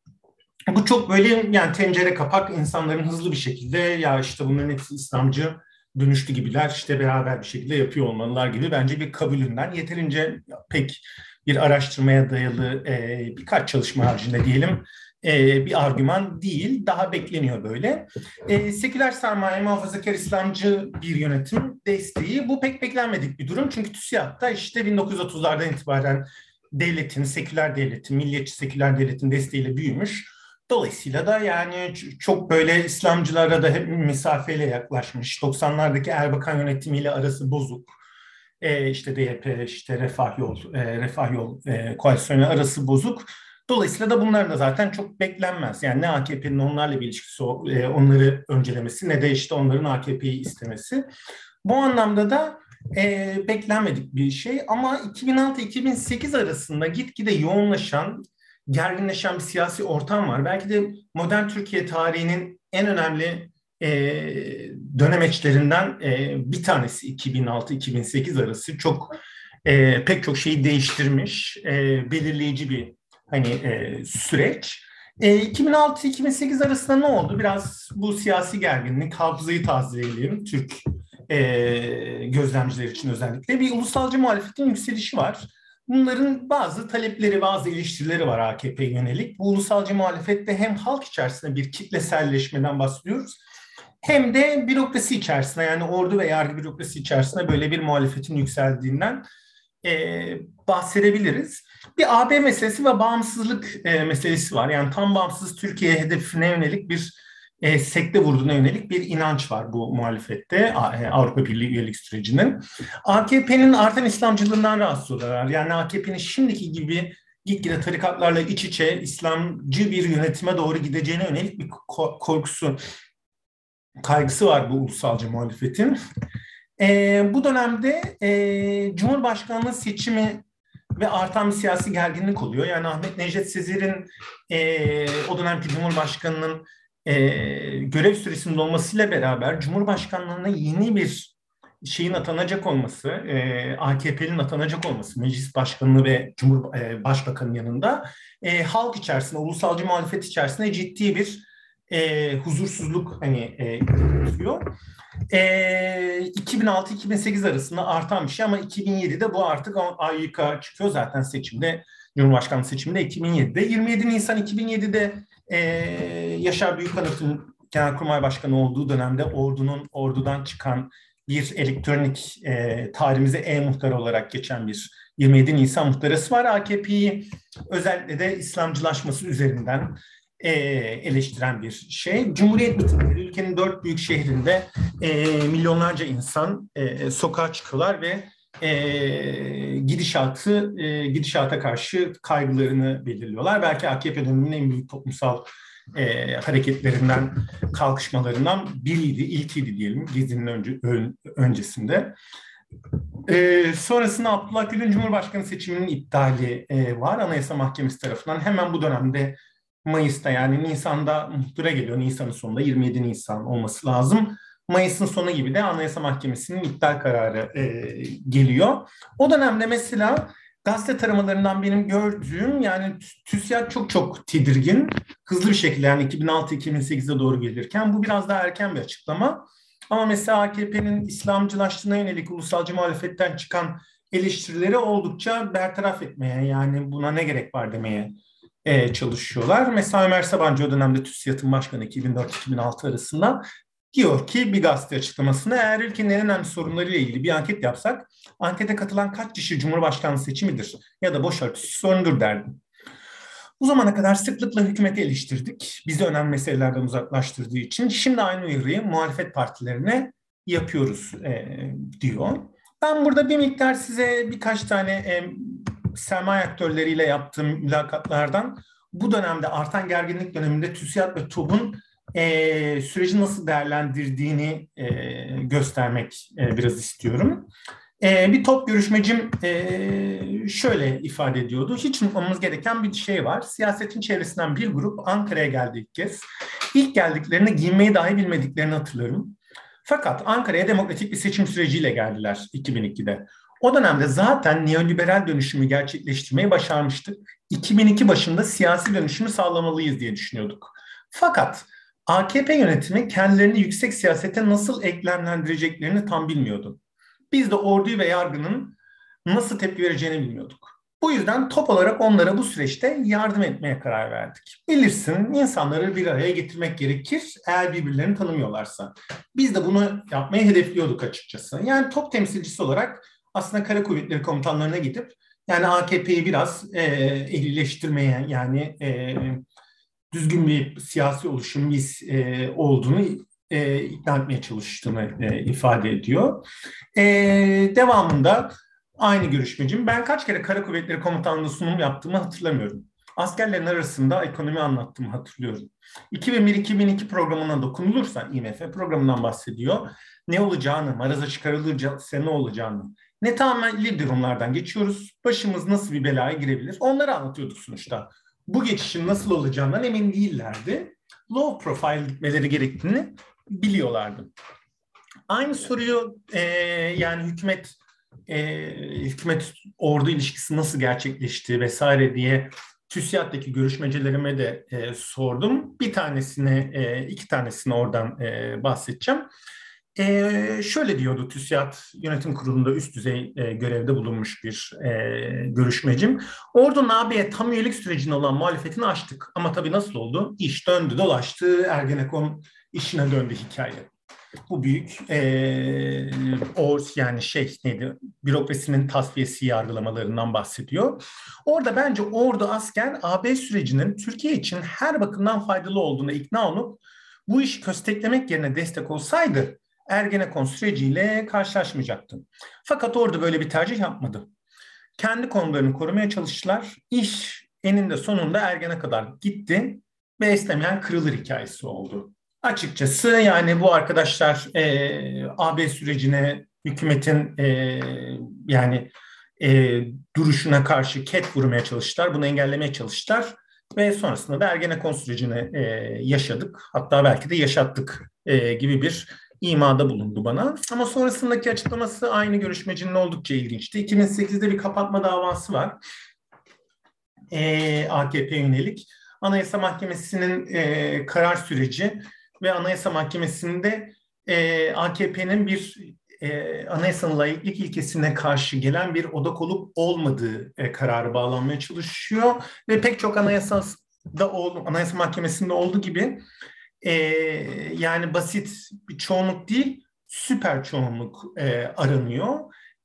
Bu çok böyle yani tencere kapak, insanların hızlı bir şekilde ya işte bunların hepsi İslamcı dönüştü gibiler, işte beraber bir şekilde yapıyor olmalılar gibi bence bir kabulünden yeterince pek bir araştırmaya dayalı e, birkaç çalışma haricinde diyelim e, bir argüman değil. Daha bekleniyor böyle. E, seküler sermaye, muhafazakar İslamcı bir yönetim desteği, bu pek beklenmedik bir durum. Çünkü TÜSİAD'da işte bin dokuz yüz otuzlardan itibaren devletin, seküler devletin, milliyetçi seküler devletin desteğiyle büyümüş. Dolayısıyla da yani çok böyle İslamcılara da hep mesafeyle yaklaşmış. doksanlardaki Erbakan yönetimiyle arası bozuk. E, işte D Y P, işte Refah Yol, e, Refah Yol e, koalisyonu arası bozuk. Dolayısıyla da bunlar da zaten çok beklenmez. Yani ne A K P'nin onlarla bir ilişkisi, e, onları öncelemesi ne de işte onların A K P'yi istemesi. Bu anlamda da e, beklenmedik bir şey. Ama iki bin altı iki bin sekiz arasında gitgide yoğunlaşan, gerginleşen bir siyasi ortam var. Belki de modern Türkiye tarihinin en önemli e, dönemeçlerinden e, bir tanesi iki bin altı iki bin sekiz arası çok e, pek çok şeyi değiştirmiş, e, belirleyici bir hani e, süreç. E, iki bin altı iki bin sekiz arasında ne oldu? Biraz bu siyasi gerginlik, hafızayı tazeleyelim Türk e, gözlemciler için özellikle. Bir ulusalcı muhalefetin yükselişi var. Bunların bazı talepleri, bazı eleştirileri var A K P'ye yönelik. Bu ulusalcı muhalefette hem halk içerisinde bir kitleselleşmeden bahsediyoruz, hem de bürokrasi içerisinde, yani ordu ve yargı bürokrasi içerisinde böyle bir muhalefetin yükseldiğinden e, bahsedebiliriz. Bir A B meselesi ve bağımsızlık e, meselesi var. Yani tam bağımsız Türkiye hedefine yönelik bir e, sekte vurduğuna yönelik bir inanç var bu muhalefette, e, Avrupa Birliği üyelik sürecinin. A K P'nin artan İslamcılığından rahatsız oluyorlar. Yani A K P'nin şimdiki gibi gitgide tarikatlarla iç içe İslamcı bir yönetime doğru gideceğine yönelik bir korkusu, kaygısı var bu ulusalcı muhalefetin. E, bu dönemde e, Cumhurbaşkanlığı seçimi ve artan bir siyasi gerginlik oluyor. Yani Ahmet Necdet Sezer'in e, o dönemki Cumhurbaşkanı'nın e, görev süresinin olmasıyla beraber Cumhurbaşkanlığına yeni bir şeyin atanacak olması, e, A K P'nin atanacak olması, meclis başkanlığı ve Cumhur e, Başbakanın yanında e, halk içerisinde, ulusalcı muhalefet içerisinde ciddi bir e, huzursuzluk hani e, yaratıyor. E, iki bin altı iki bin sekiz arasında artan bir şey ama iki bin yedide bu artık ayyuka çıkıyor zaten seçimde, Cumhurbaşkanlığı seçiminde iki bin yedide. yirmi yedi Nisan iki bin yedide e, Yaşar Büyükanıt'ın Genelkurmay Başkanı olduğu dönemde ordunun ordudan çıkan bir elektronik e, tarihimize e-muhtar olarak geçen bir yirmi yedi Nisan muhtarası var. A K P'yi özellikle de İslamcılaşması üzerinden e, eleştiren bir şey. Cumhuriyet mitingleri ülkenin dört büyük şehrinde e, milyonlarca insan e, sokağa çıkıyorlar ve e, gidişatı e, gidişata karşı kaygılarını belirliyorlar. Belki A K P döneminin en büyük toplumsal e, hareketlerinden, kalkışmalarından biriydi, ilkiydi diyelim Gezi'nin önce, ön, öncesinde. E, sonrasında Abdullah Gül'ün Cumhurbaşkanı seçiminin iptali e, var Anayasa Mahkemesi tarafından. Hemen bu dönemde Mayıs'ta, yani Nisan'da muhtıra geliyor. Nisan'ın sonunda yirmi yedi Nisan olması lazım. Mayıs'ın sonu gibi de Anayasa Mahkemesi'nin iptal kararı e, geliyor. O dönemde mesela gazete taramalarından benim gördüğüm, yani TÜSİAD çok çok tedirgin. Hızlı bir şekilde, yani iki bin altı iki bin sekize doğru gelirken bu biraz daha erken bir açıklama. Ama mesela A K P'nin İslamcılaştığına yönelik ulusalcı muhalefetten çıkan eleştirileri oldukça bertaraf etmeye, yani buna ne gerek var demeye e, çalışıyorlar. Mesela Ömer Sabancı o dönemde TÜSİAD'ın başkanı iki bin dört iki bin altı arasında diyor ki bir gazete açıklamasında, eğer ülkenin en önemli sorunlarıyla ilgili bir anket yapsak, ankete katılan kaç kişi Cumhurbaşkanlığı seçimidir ya da boş örtüsü sorunudur derdi. Bu zamana kadar sıklıkla hükümeti eleştirdik, bizi önemli meselelerden uzaklaştırdığı için. Şimdi aynı uyarıyı muhalefet partilerine yapıyoruz e, diyor. Ben burada bir miktar size birkaç tane e, sermaye aktörleriyle yaptığım mülakatlardan bu dönemde, artan gerginlik döneminde TÜSİAD ve TOB'un e, süreci nasıl değerlendirdiğini e, göstermek e, biraz istiyorum. E, bir top görüşmecim e, şöyle ifade ediyordu. Hiç unutmamız gereken bir şey var. Siyasetin çevresinden bir grup Ankara'ya geldi ilk kez. İlk geldiklerinde giyinmeyi dahi bilmediklerini hatırlarım. Fakat Ankara'ya demokratik bir seçim süreciyle geldiler iki bin ikide. O dönemde zaten neoliberal dönüşümü gerçekleştirmeyi başarmıştık. iki bin iki başında siyasi dönüşümü sağlamalıyız diye düşünüyorduk. Fakat A K P yönetimi kendilerini yüksek siyasete nasıl eklemlendireceklerini tam bilmiyordu. Biz de orduyu ve yargının nasıl tepki vereceğini bilmiyorduk. Bu yüzden top olarak onlara bu süreçte yardım etmeye karar verdik. Bilirsin, insanları bir araya getirmek gerekir eğer birbirlerini tanımıyorlarsa. Biz de bunu yapmayı hedefliyorduk açıkçası. Yani top temsilcisi olarak aslında Kara Kuvvetleri komutanlarına gidip, yani A K P'yi biraz e, ehlileştirmeye, yani e, düzgün bir siyasi oluşum biz e, olduğunu e, ikna etmeye çalıştığını e, ifade ediyor. E, devamında aynı görüşmecim, ben kaç kere Kara Kuvvetleri Komutanlığı sunum yaptığımı hatırlamıyorum. Askerlerin arasında ekonomi anlattığımı hatırlıyorum. iki bin bir iki bin iki programına dokunulursa, I M F programından bahsediyor. Ne olacağını, maraza çıkarılırsa ne olacağını, ne tahammülli durumlardan geçiyoruz, başımız nasıl bir belaya girebilir, onları anlatıyorduk sonuçta. Bu geçişin nasıl olacağından emin değillerdi. low profile gitmeleri gerektiğini biliyorlardı. Aynı soruyu e, yani hükümet e, hükümet ordu ilişkisi nasıl gerçekleşti vesaire diye TÜSİAD'daki görüşmecelerime de e, sordum. Bir tanesini, e, iki tanesini oradan e, bahsedeceğim. E, şöyle diyordu TÜSİAD Yönetim Kurulu'nda üst düzey e, görevde bulunmuş bir e, görüşmecim. Ordu'nun A B'ye tam üyelik sürecinde olan muhalefetini açtık. Ama tabii nasıl oldu? İş döndü dolaştı, Ergenekon işine döndü hikaye. Bu büyük e, o yani şey neydi bürokrasinin tasfiyesi yargılamalarından bahsediyor. Orada bence ordu asker A B sürecinin Türkiye için her bakımdan faydalı olduğuna ikna olup bu işi kösteklemek yerine destek olsaydı Ergenekon süreciyle karşılaşmayacaktım. Fakat orada böyle bir tercih yapmadı. Kendi konularını korumaya çalıştılar. İş eninde sonunda Ergen'e kadar gitti ve istemeyen kırılır hikayesi oldu. Açıkçası yani bu arkadaşlar e, A B sürecine hükümetin e, yani e, duruşuna karşı ket vurmaya çalıştılar. Bunu engellemeye çalıştılar. Ve sonrasında da Ergenekon sürecini e, yaşadık. Hatta belki de yaşattık e, gibi bir imada bulundu bana. Ama sonrasındaki açıklaması aynı görüşmecinin oldukça ilginçti. iki bin sekizde bir kapatma davası var. E, A K P yönelik. Anayasa Mahkemesi'nin e, karar süreci ve Anayasa Mahkemesi'nde e, A K P'nin bir e, anayasanın layıklık ilkesine karşı gelen bir odak olup olmadığı e, kararı bağlanmaya çalışıyor ve pek çok anayasada Anayasa Mahkemesi'nde olduğu gibi e, yani basit bir çoğunluk değil, süper çoğunluk e, aranıyor.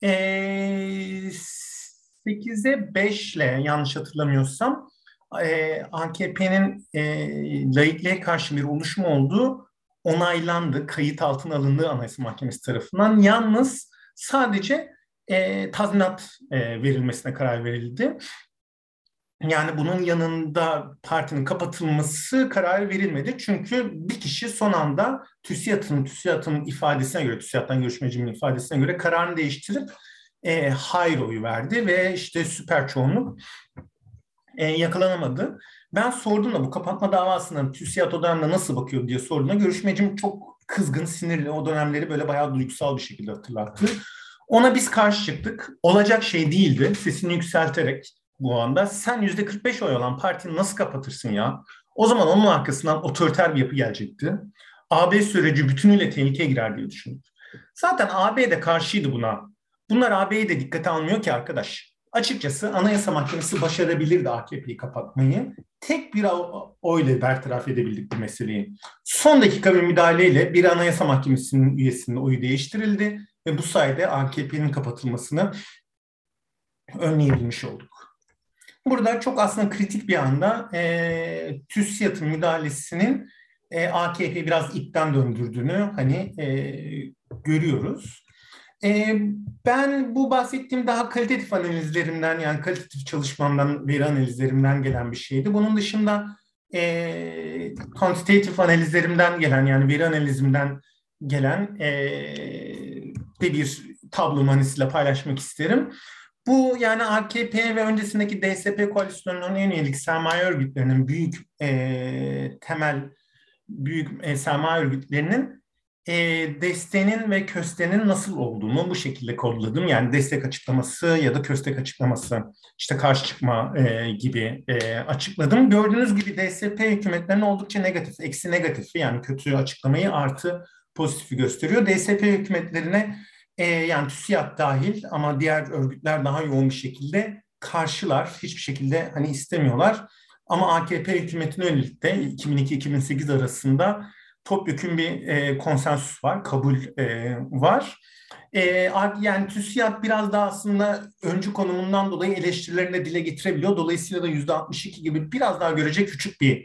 E, sekize beşle yanlış hatırlamıyorsam e, A K P'nin e, laikliğe karşı bir oluşum olduğu onaylandı, kayıt altına alındığı Anayasa Mahkemesi tarafından. Yalnız sadece e, tazminat e, verilmesine karar verildi. Yani bunun yanında partinin kapatılması kararı verilmedi. Çünkü bir kişi son anda TÜSİAD'ın TÜSİAD'ın ifadesine göre, TÜSİAD'dan görüşmecinin ifadesine göre kararını değiştirip e, hayır oyu verdi ve işte süper çoğunluk e, yakalanamadı. Ben sordum da bu kapatma davasına TÜSİAD o dönemde nasıl bakıyor diye sorduğumda görüşmecim çok kızgın, sinirli, o dönemleri böyle bayağı duygusal bir şekilde hatırlattı. Ona biz karşı çıktık. Olacak şey değildi. Sesini yükselterek bu anda sen yüzde kırk beş oy olan partini nasıl kapatırsın ya? O zaman onun arkasından otoriter bir yapı gelecekti. A B süreci bütünüyle tehlikeye girer diye düşündük. Zaten A B de karşıydı buna. Bunlar A B'yi de dikkate almıyor ki arkadaş. Açıkçası Anayasa Mahkemesi başarabilirdi A K P'yi kapatmayı. Tek bir oyla bertaraf edebildik bu meseleyi. Son dakika bir müdahaleyle bir Anayasa Mahkemesi'nin üyesinin oyu değiştirildi ve bu sayede A K P'nin kapatılmasını önleyebilmiş olduk. Burada çok aslında kritik bir anda e, TÜSİAD'ın müdahalesinin e, A K P'yi biraz ipten döndürdüğünü hani e, görüyoruz. E, ben bu bahsettiğim daha kalitatif analizlerimden yani kalitatif çalışmamdan, veri analizlerimden gelen bir şeydi. Bunun dışında e, quantitative analizlerimden gelen yani veri analizimden gelen e, de bir tablomu hani sizinle paylaşmak isterim. Bu yani A K P ve öncesindeki D S P koalisyonunun en yönelik sermaye örgütlerinin büyük e, temel büyük e, sermaye örgütlerinin e, desteğinin ve köstenin nasıl olduğunu bu şekilde kodladım. Yani destek açıklaması ya da köstek açıklaması, işte karşı çıkma e, gibi e, açıkladım. Gördüğünüz gibi D S P hükümetlerinin oldukça negatif, eksi negatifi yani kötü açıklamayı artı pozitifi gösteriyor. D S P hükümetlerine e, yani TÜSİAD dahil ama diğer örgütler daha yoğun bir şekilde karşılar. Hiçbir şekilde hani istemiyorlar. Ama A K P hükümetine yönelik de iki bin iki iki bin sekiz arasında topyekun bir e, konsensüs var, kabul e, var. E, yani TÜSİAD biraz daha aslında öncü konumundan dolayı eleştirilerini de dile getirebiliyor. Dolayısıyla da yüzde altmış iki gibi biraz daha görecek küçük bir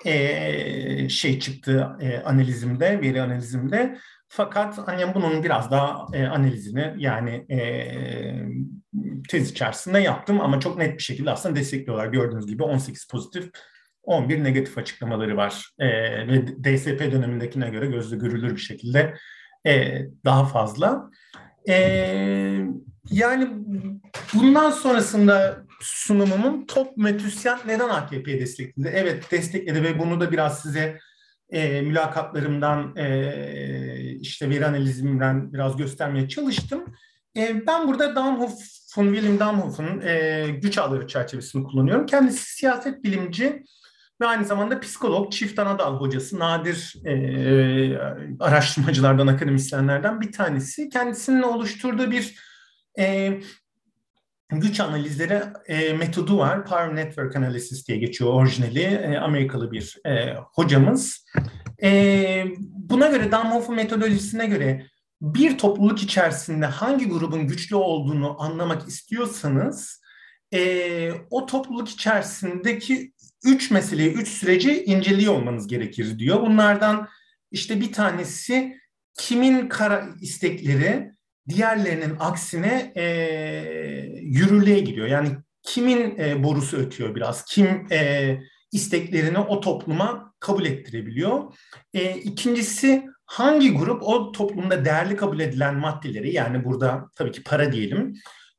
e, şey çıktı e, analizimde, veri analizimde. Fakat hani bunun biraz daha e, analizini yani e, tez içerisinde yaptım ama çok net bir şekilde aslında destekliyorlar. Gördüğünüz gibi on sekiz pozitif, on bir negatif açıklamaları var. E, ve D S P dönemindekine göre gözle görülür bir şekilde e, daha fazla. E, yani bundan sonrasında sunumumun top ve TÜSİAD neden A K P'yi destekledi? Evet, destekledi ve bunu da biraz size e, mülakatlarımdan, e, işte veri analizimden biraz göstermeye çalıştım. E, ben burada Daumhof'un, William Daumhof'un e, güç ağları çerçevesini kullanıyorum. Kendisi siyaset bilimci ve aynı zamanda psikolog, çift anadal hocası, nadir e, araştırmacılardan, akademisyenlerden bir tanesi. Kendisinin oluşturduğu bir e, güç analizleri e, metodu var. Power Network Analysis diye geçiyor orijinali. E, Amerikalı bir e, hocamız. E, buna göre, Daumhof'un metodolojisine göre bir topluluk içerisinde hangi grubun güçlü olduğunu anlamak istiyorsanız e, o topluluk içerisindeki üç meseleyi, üç süreci inceliyor olmanız gerekir diyor. Bunlardan işte bir tanesi kimin kara istekleri diğerlerinin aksine e, yürürlüğe giriyor. Yani kimin e, borusu ötüyor biraz, kim e, isteklerini o topluma kabul ettirebiliyor. E, ikincisi hangi grup o toplumda değerli kabul edilen maddeleri, yani burada tabii ki para diyelim,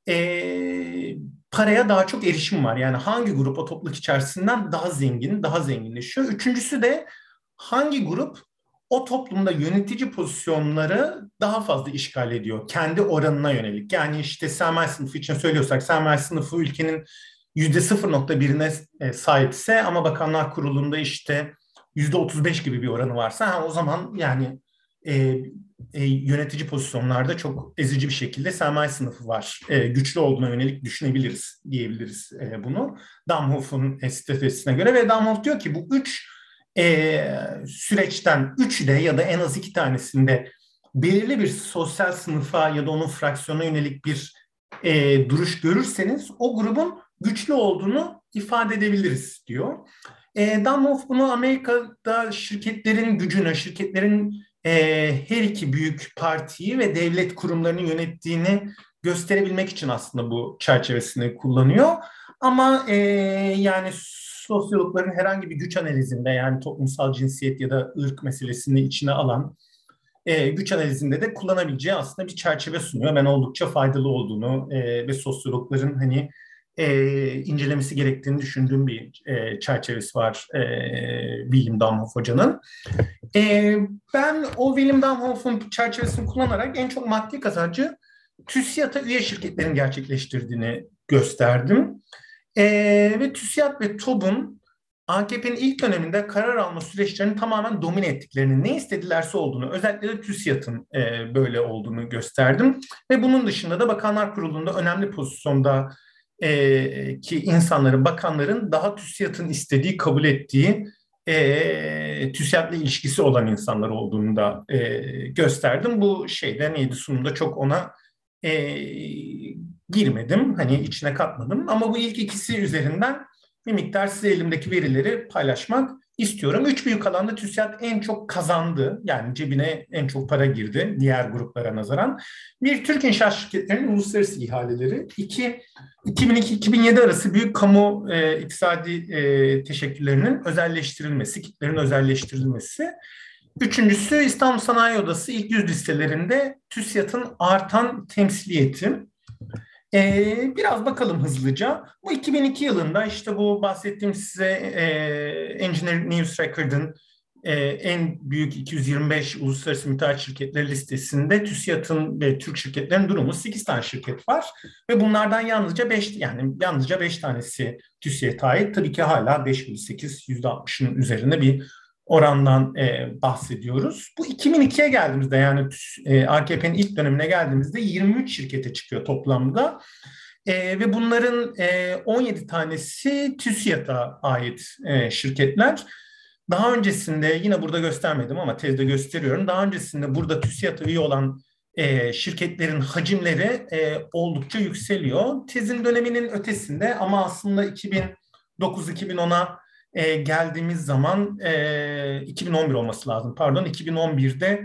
e, paraya daha çok erişim var. Yani hangi grup o topluluk içerisinden daha zengin, daha zenginleşiyor. Üçüncüsü de hangi grup o toplumda yönetici pozisyonları daha fazla işgal ediyor. Kendi oranına yönelik. Yani işte sermaye sınıfı için söylüyorsak, sermaye sınıfı ülkenin yüzde sıfır nokta birine sahipse ama Bakanlar Kurulu'nda işte yüzde otuz beş gibi bir oranı varsa, ha, o zaman yani e, e, yönetici pozisyonlarda çok ezici bir şekilde sermaye sınıfı var. E, güçlü olduğuna yönelik düşünebiliriz, diyebiliriz e, bunu. Daumhof'un stratejisine göre ve Daumhof diyor ki bu üç e, süreçten üçü de ya da en az iki tanesinde belirli bir sosyal sınıfa ya da onun fraksiyona yönelik bir e, duruş görürseniz o grubun güçlü olduğunu ifade edebiliriz diyor. E, Daumhof bunu Amerika'da şirketlerin gücünü, şirketlerin e, her iki büyük partiyi ve devlet kurumlarını yönettiğini gösterebilmek için aslında bu çerçevesini kullanıyor. Ama e, yani sosyologların herhangi bir güç analizinde, yani toplumsal cinsiyet ya da ırk meselesini içine alan e, güç analizinde de kullanabileceği aslında bir çerçeve sunuyor. Ben oldukça faydalı olduğunu e, ve sosyologların hani e, incelemesi gerektiğini düşündüğüm bir e, çerçevesi var e, William Daumhof Hoca'nın. E, ben o William Daumhof'un çerçevesini kullanarak en çok maddi kazancı TÜSİAD'a üye şirketlerin gerçekleştirdiğini gösterdim. E, ve TÜSİAD ve TOB'un A K P'nin ilk döneminde karar alma süreçlerini tamamen domine ettiklerini, ne istedilerse olduğunu, özellikle de TÜSİAD'ın e, böyle olduğunu gösterdim. Ve bunun dışında da Bakanlar Kurulu'nda önemli pozisyonda e, ki insanların, bakanların daha TÜSİAD'ın istediği, kabul ettiği, e, TÜSİAD'la ilişkisi olan insanlar olduğunu da e, gösterdim. Bu şeyde neydi, sunumda çok ona e, girmedim, hani içine katmadım. Ama bu ilk ikisi üzerinden bir miktar size elimdeki verileri paylaşmak istiyorum. Üç büyük alanda TÜSİAD en çok kazandı. Yani cebine en çok para girdi diğer gruplara nazaran. Bir, Türk İnşaat Şirketleri'nin uluslararası ihaleleri. İki, iki bin iki iki bin yedi arası büyük kamu e, iktisadi e, teşekkürlerinin özelleştirilmesi, kitlerin özelleştirilmesi. Üçüncüsü, İstanbul Sanayi Odası ilk yüz listelerinde TÜSİAD'ın artan temsiliyeti. Ee, biraz bakalım hızlıca. Bu iki bin iki yılında işte bu bahsettiğim size e, Engineering News Record'ın e, en büyük iki yüz yirmi beş uluslararası müteahhit şirketleri listesinde TÜSİAD'ın ve Türk şirketlerin durumu sekiz tane şirket var ve bunlardan yalnızca beş, yani yalnızca beş tanesi TÜSİAD'a ait. Tabii ki hala beş virgül sekiz, yüzde altmışın üzerinde bir orandan e, bahsediyoruz. Bu iki bin ikiye geldiğimizde, yani e, A K P'nin ilk dönemine geldiğimizde yirmi üç şirkete çıkıyor toplamda. E, ve bunların e, on yedi tanesi TÜSİAD'a ait e, şirketler. Daha öncesinde, yine burada göstermedim ama tezde gösteriyorum. Daha öncesinde burada TÜSİAD'a üye olan e, şirketlerin hacimleri e, oldukça yükseliyor. Tezin döneminin ötesinde ama aslında iki bin dokuz iki bin ona e, geldiğimiz zaman e, iki bin on bir olması lazım, pardon, iki bin on birde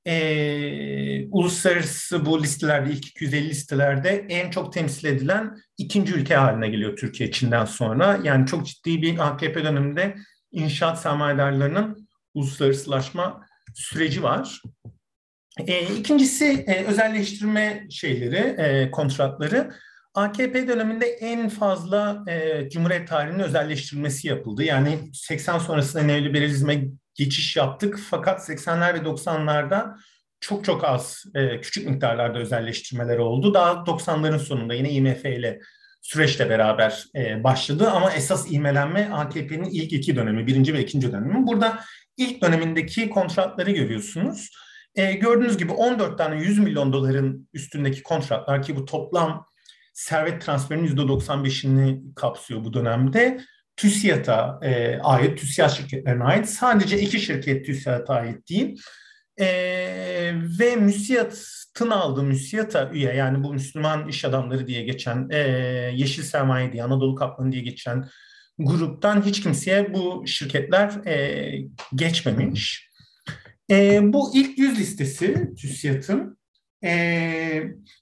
e, uluslararası bu listelerde, ilk iki yüz elli listelerde en çok temsil edilen ikinci ülke haline geliyor Türkiye, Çin'den sonra. Yani çok ciddi bir A K P döneminde inşaat sermayedarlarının uluslararasılaşma süreci var. E, ikincisi e, özelleştirme şeyleri, e, kontratları. A K P döneminde en fazla e, Cumhuriyet tarihinin özelleştirilmesi yapıldı. Yani seksen sonrasında neoliberalizme geçiş yaptık. Fakat seksenler ve doksanlarda çok çok az, e, küçük miktarlarda özelleştirmeler oldu. Daha doksanların sonunda yine I M F ile süreçle beraber e, başladı. Ama esas ivmelenme A K P'nin ilk iki dönemi, birinci ve ikinci dönemi. Burada ilk dönemindeki kontratları görüyorsunuz. E, gördüğünüz gibi on dört tane yüz milyon doların üstündeki kontratlar, ki bu toplam servet transferinin yüzde doksan beşini kapsıyor bu dönemde. TÜSİAD'a e, ait, TÜSİAD şirketlerine ait. Sadece iki şirket TÜSİAD'a ait değil. E, ve müsiyatın aldığı müsiyata üye, yani bu Müslüman iş adamları diye geçen, e, Yeşil Sermaye diye, Anadolu Kaplanı diye geçen gruptan hiç kimseye bu şirketler e, geçmemiş. E, bu ilk yüz listesi TÜSİAD'ın. E,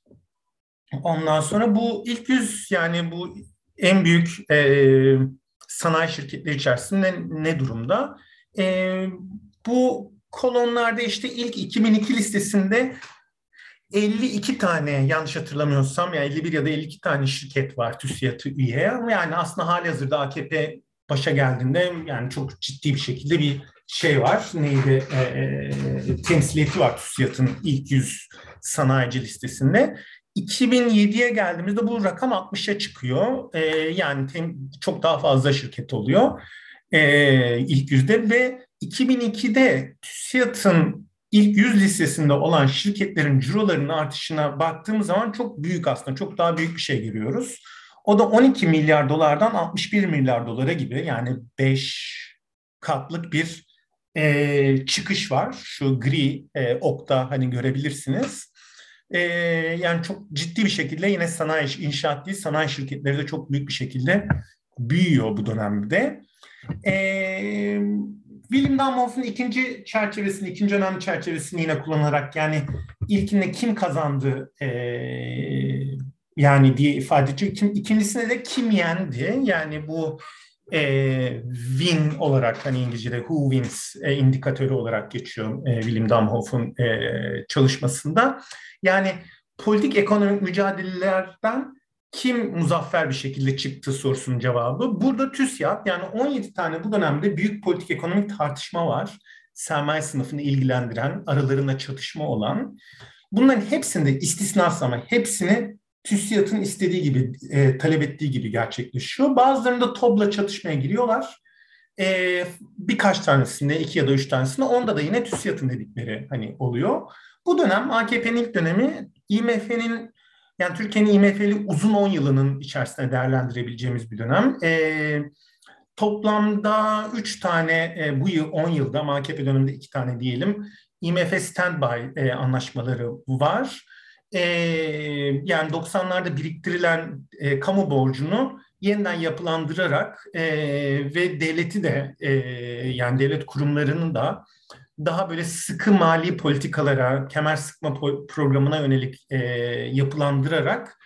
Ondan sonra bu ilk yüz, yani bu en büyük e, sanayi şirketleri içerisinde ne durumda? E, Bu kolonlarda işte ilk iki bin iki listesinde elli iki tane, yanlış hatırlamıyorsam, ya elli bir ya da elli iki tane şirket var TÜSİAD'a üye. Ama yani aslında halihazırda A K P başa geldiğinde yani çok ciddi bir şekilde bir şey var. Neydi? E, e, temsiliyeti var TÜSİAD'ın ilk yüz sanayici listesinde. iki bin yediye geldiğimizde bu rakam altmışa çıkıyor. E, yani tem, çok daha fazla şirket oluyor e, ilk yüzde. Ve iki bin ikide TÜSİAD'ın ilk yüz listesinde olan şirketlerin cirolarının artışına baktığımız zaman çok büyük, aslında çok daha büyük bir şey görüyoruz. O da on iki milyar dolardan altmış bir milyar dolara gibi, yani beş katlık bir e, çıkış var. Şu gri e, okta hani görebilirsiniz. E, Yani çok ciddi bir şekilde yine sanayi, inşaat değil sanayi şirketleri de çok büyük bir şekilde büyüyor bu dönemde. Ee, William Damhoff'un ikinci çerçevesini, ikinci önemli çerçevesini yine kullanarak, yani ilkinde kim kazandı ee, yani diye ifade edecek. Kim, ikincisinde de kim yendi. Yani bu e, win olarak, hani İngilizce'de who wins e, indikatörü olarak geçiyor e, William Damhoff'un e, çalışmasında. Yani politik ekonomik mücadelelerden kim muzaffer bir şekilde çıktı sorusunun cevabı. Burada TÜSİAD, yani on yedi tane bu dönemde büyük politik ekonomik tartışma var. Sermaye sınıfını ilgilendiren, aralarında çatışma olan. Bunların hepsinde istisnasız ama hepsini TÜSİAD'ın istediği gibi, e, talep ettiği gibi gerçekleşiyor. Bazılarında TOB'la çatışmaya giriyorlar. E, birkaç tanesinde, iki ya da üç tanesinde, onda da yine TÜSİAD'ın dedikleri hani oluyor. Bu dönem A K P'nin ilk dönemi, I M F'nin, yani Türkiye'nin I M F'li uzun on yılının içerisinde değerlendirebileceğimiz bir dönem. E, toplamda üç tane e, bu yıl on yılda, ama A K P döneminde iki tane diyelim, I M F standby e, anlaşmaları var. E, Yani doksanlarda biriktirilen e, kamu borcunu yeniden yapılandırarak e, ve devleti de e, yani devlet kurumlarının da daha böyle sıkı mali politikalara, kemer sıkma programına yönelik e, yapılandırarak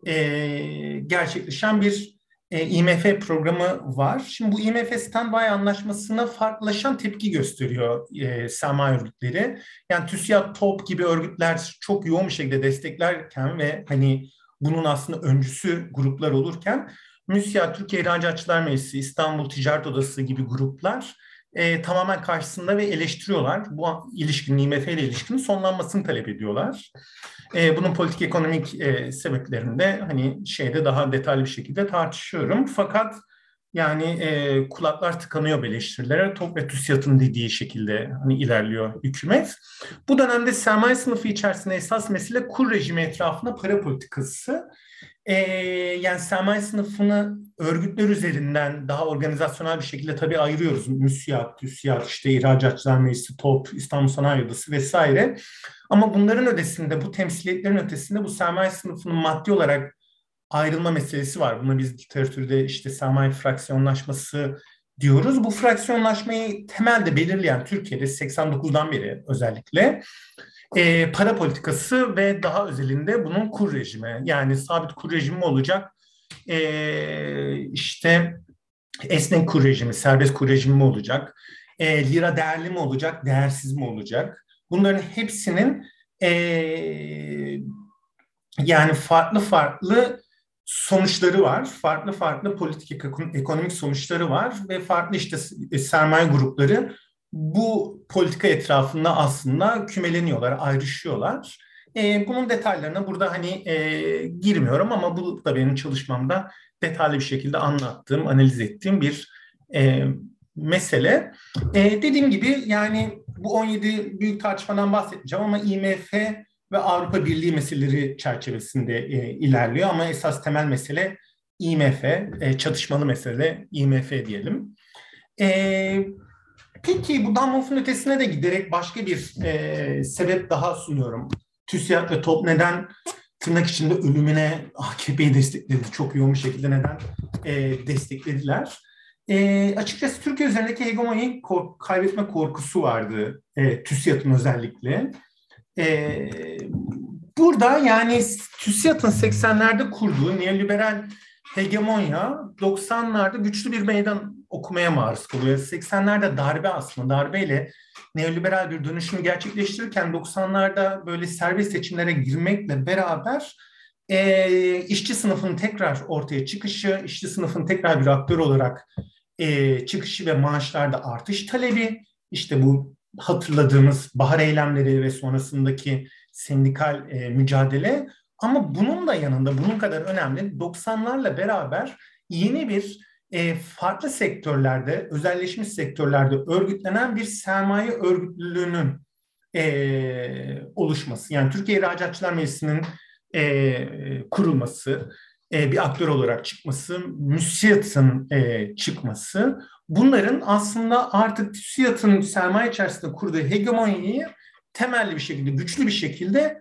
e, gerçekleşen bir e, I M F programı var. Şimdi bu I M F standby anlaşmasına farklılaşan tepki gösteriyor e, sermaye örgütleri. Yani TÜSİAD, TOP gibi örgütler çok yoğun bir şekilde desteklerken ve hani bunun aslında öncüsü gruplar olurken, MÜSİAD, Türkiye İhracatçılar Meclisi, İstanbul Ticaret Odası gibi gruplar e, tamamen karşısında ve eleştiriyorlar. Bu ilişkinin, I M F ile ilişkinin sonlanmasını talep ediyorlar. E, bunun politik ekonomik e, sebeplerini de hani şeyde daha detaylı bir şekilde tartışıyorum. Fakat yani e, kulaklar tıkanıyor bu eleştirilere. TOP ve TÜSİAD'ın dediği şekilde hani ilerliyor hükümet. Bu dönemde sermaye sınıfı içerisinde esas mesele kur rejimi etrafında para politikası. Ee, Yani sermaye sınıfını örgütler üzerinden daha organizasyonel bir şekilde tabii ayırıyoruz. MÜSİAD, TÜSİAD, işte İhracatçılar Meclisi, TOP, İstanbul Sanayi Odası vesaire. Ama bunların ötesinde, bu temsiliyetlerin ötesinde bu sermaye sınıfının maddi olarak ayrılma meselesi var. Buna biz literatürde işte sermaye fraksiyonlaşması diyoruz. Bu fraksiyonlaşmayı temelde belirleyen, Türkiye'de seksen dokuzdan beri özellikle e, para politikası ve daha özelinde bunun kur rejimi. Yani sabit kur rejimi olacak, e, işte esnek kur rejimi, serbest kur rejimi mi olacak, e, lira değerli mi olacak, değersiz mi olacak? Bunların hepsinin e, yani farklı farklı sonuçları var. Farklı farklı politik ekonomik sonuçları var ve farklı işte sermaye grupları bu politika etrafında aslında kümeleniyorlar, ayrışıyorlar. E, bunun detaylarına burada hani e, girmiyorum ama bu da benim çalışmamda detaylı bir şekilde anlattığım, analiz ettiğim bir e, mesele. E, dediğim gibi yani bu on yedi büyük tartışmadan bahsetmeyeceğim ama I M F ve Avrupa Birliği meseleleri çerçevesinde e, ilerliyor ama esas temel mesele I M F, e, çatışmalı mesele I M F diyelim. E, peki bu damlasının ötesine de giderek başka bir e, sebep daha sunuyorum. TÜSİAD ve TOP neden tırnak içinde ölümüne A K P'yi destekledi? Çok yoğun bir şekilde neden e, desteklediler? E, açıkçası Türkiye üzerindeki hegemonyayı kork- kaybetme korkusu vardı e, TÜSİAD'ın özellikle. E, burada yani TÜSİAD'ın seksenlerde kurduğu neoliberal hegemonya doksanlarda güçlü bir meydan okumaya maruz kalıyor. seksenlerde darbe aslında darbeyle neoliberal bir dönüşümü gerçekleştirirken doksanlarda böyle serbest seçimlere girmekle beraber e, işçi sınıfının tekrar ortaya çıkışı, işçi sınıfın tekrar bir aktör olarak e, çıkışı ve maaşlarda artış talebi, işte bu hatırladığımız bahar eylemleri ve sonrasındaki sendikal e, mücadele. Ama bunun da yanında bunun kadar önemli doksanlarla beraber yeni bir e, farklı sektörlerde, özelleşmiş sektörlerde örgütlenen bir sermaye örgütlülüğünün e, oluşması. Yani Türkiye İhracatçılar Meclisi'nin e, kurulması, e, bir aktör olarak çıkması, MÜSİAD'ın e, çıkması, bunların aslında artık TÜSİAD'ın sermaye içerisinde kurduğu hegemonyayı temelli bir şekilde, güçlü bir şekilde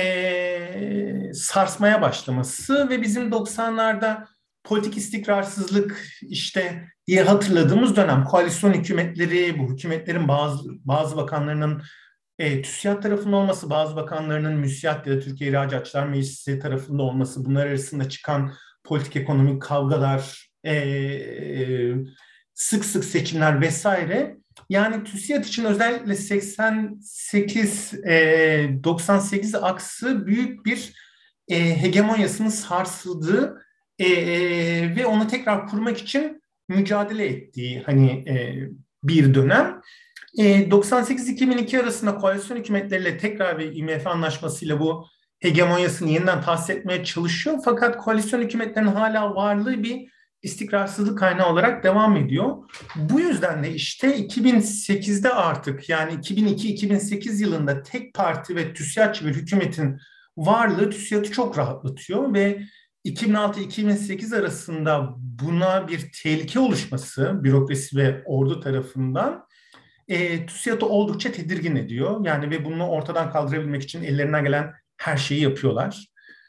e, sarsmaya başlaması ve bizim doksanlarda politik istikrarsızlık işte diye hatırladığımız dönem koalisyon hükümetleri, bu hükümetlerin bazı bazı bakanlarının e, TÜSİAD tarafında olması, bazı bakanlarının MÜSİAD ya da Türkiye İhracatçılar Meclisi tarafında olması, bunlar arasında çıkan politik ekonomik kavgalar, e, sık sık seçimler vesaire. Yani TÜSİAD için özellikle seksen sekiz doksan sekiz aksı büyük bir e, hegemonyasının sarsıldığı e, e, ve onu tekrar kurmak için mücadele ettiği hani e, bir dönem. E, doksan sekiz iki bin iki arasında koalisyon hükümetleriyle tekrar bir I M F anlaşmasıyla bu hegemonyasını yeniden tahsis etmeye çalışıyor. Fakat koalisyon hükümetlerinin hala varlığı bir istikrarsızlık kaynağı olarak devam ediyor. Bu yüzden de işte iki bin sekizde artık yani iki bin iki iki bin sekiz yılında tek parti ve TÜSİADçı bir hükümetin varlığı TÜSİAD'ı çok rahatlatıyor ve iki bin altı iki bin sekiz arasında buna bir tehlike oluşması bürokrasi ve ordu tarafından e, TÜSİAD'ı oldukça tedirgin ediyor. Yani ve bunu ortadan kaldırabilmek için ellerinden gelen her şeyi yapıyorlar.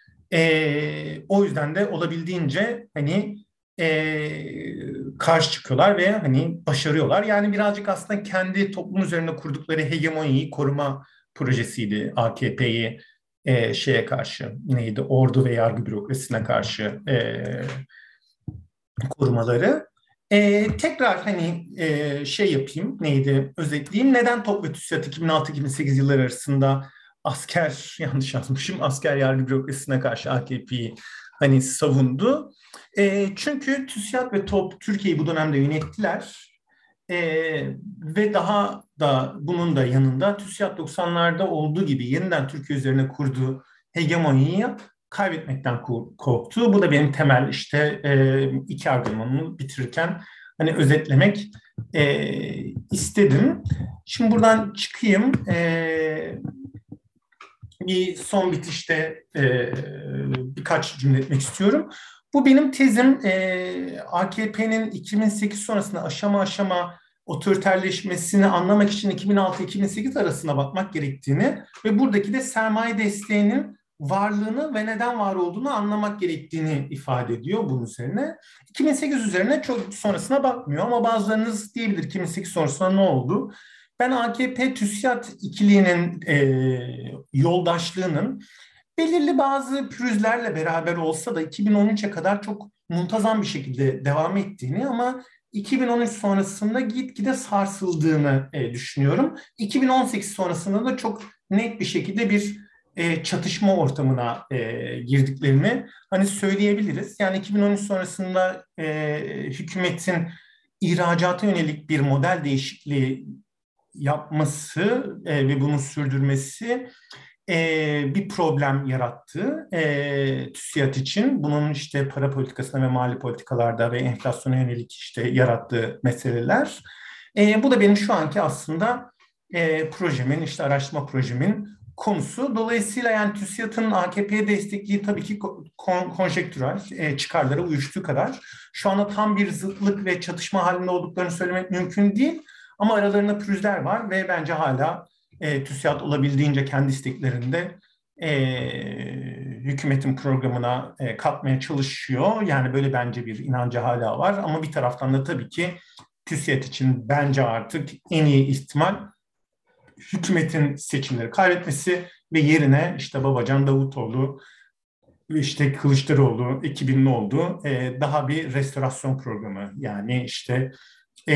E, o yüzden de olabildiğince hani e, karşı çıkıyorlar ve hani başarıyorlar. Yani birazcık aslında kendi toplum üzerine kurdukları hegemonyayı koruma projesiydi A K P'yi e, şeye karşı neydi ordu ve yargı bürokrasisine karşı e, korumaları. E, tekrar hani e, şey yapayım neydi özetleyeyim. Neden Top ve TÜSİAD iki bin altı iki bin sekiz yılları arasında asker yanlış yazmışım asker yargı bürokrasisine karşı A K P'yi hani savundu. E, çünkü TÜSİAD ve TOP Türkiye'yi bu dönemde yönettiler. E, ve daha da bunun da yanında TÜSİAD doksanlarda olduğu gibi yeniden Türkiye üzerine kurduğu hegemonyayı kaybetmekten korktu. Bu da benim temel işte e, iki argümanımı bitirirken hani özetlemek e, istedim. Şimdi buradan çıkayım. E, bir son bitişte e, birkaç cümle etmek istiyorum. Bu benim tezim e, A K P'nin iki bin sekiz sonrasında aşama aşama otoriterleşmesini anlamak için iki bin altı iki bin sekiz arasına bakmak gerektiğini ve buradaki de sermaye desteğinin varlığını ve neden var olduğunu anlamak gerektiğini ifade ediyor bunun üzerine. iki bin sekiz üzerine çok sonrasına bakmıyor ama bazılarınız diyebilir iki bin sekiz sonrasında ne oldu? Ben A K P TÜSİAD ikiliğinin e, yoldaşlığının belirli bazı pürüzlerle beraber olsa da iki bin on üçe kadar çok muntazam bir şekilde devam ettiğini ama iki bin on üç sonrasında gitgide sarsıldığını e, düşünüyorum. iki bin on sekiz sonrasında da çok net bir şekilde bir e, çatışma ortamına e, girdiklerini hani söyleyebiliriz. Yani iki bin on üç sonrasında e, hükümetin ihracata yönelik bir model değişikliği yapması e, ve bunu sürdürmesi e, bir problem yarattı e, TÜSİAD için. Bunun işte para politikasına ve mali politikalarda ve enflasyona yönelik işte yarattığı meseleler. E, bu da benim şu anki aslında e, projemin, işte araştırma projemin konusu. Dolayısıyla yani TÜSİAD'ın A K P'ye destekliği tabii ki kon, konjektürel, e, çıkarlara uyuştuğu kadar. Şu anda tam bir zıtlık ve çatışma halinde olduklarını söylemek mümkün değil. Ama aralarında pürüzler var ve bence hala e, TÜSİAD olabildiğince kendi isteklerinde e, hükümetin programına e, katmaya çalışıyor. Yani böyle bence bir inancı hala var. Ama bir taraftan da tabii ki TÜSİAD için bence artık en iyi ihtimal hükümetin seçimleri kaybetmesi ve yerine işte Babacan, Davutoğlu ve işte Kılıçdaroğlu ekibinin olduğu e, daha bir restorasyon programı. Yani işte e,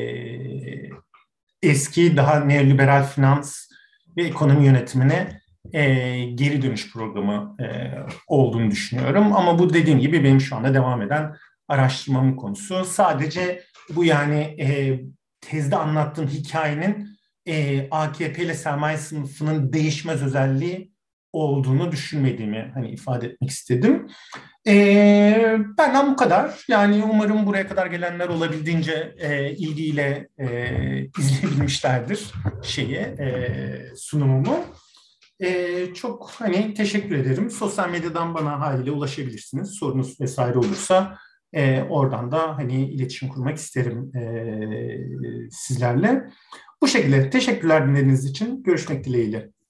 eski daha neoliberal finans ve ekonomi yönetimine e, geri dönüş programı e, olduğunu düşünüyorum. Ama bu dediğim gibi benim şu anda devam eden araştırmamın konusu. Sadece bu yani e, tezde anlattığım hikayenin e, A K P ile sermaye sınıfının değişmez özelliği olduğunu düşünmediğimi hani ifade etmek istedim. Ee, benden bu kadar. Yani umarım buraya kadar gelenler olabildiğince e, ilgiyle e, izleyebilmişlerdir şeyi, e, sunumumu. E, çok hani teşekkür ederim. Sosyal medyadan bana haliyle ulaşabilirsiniz. Sorunuz vesaire olursa e, oradan da hani iletişim kurmak isterim e, sizlerle. Bu şekilde teşekkürler dinlediğiniz için. Görüşmek dileğiyle.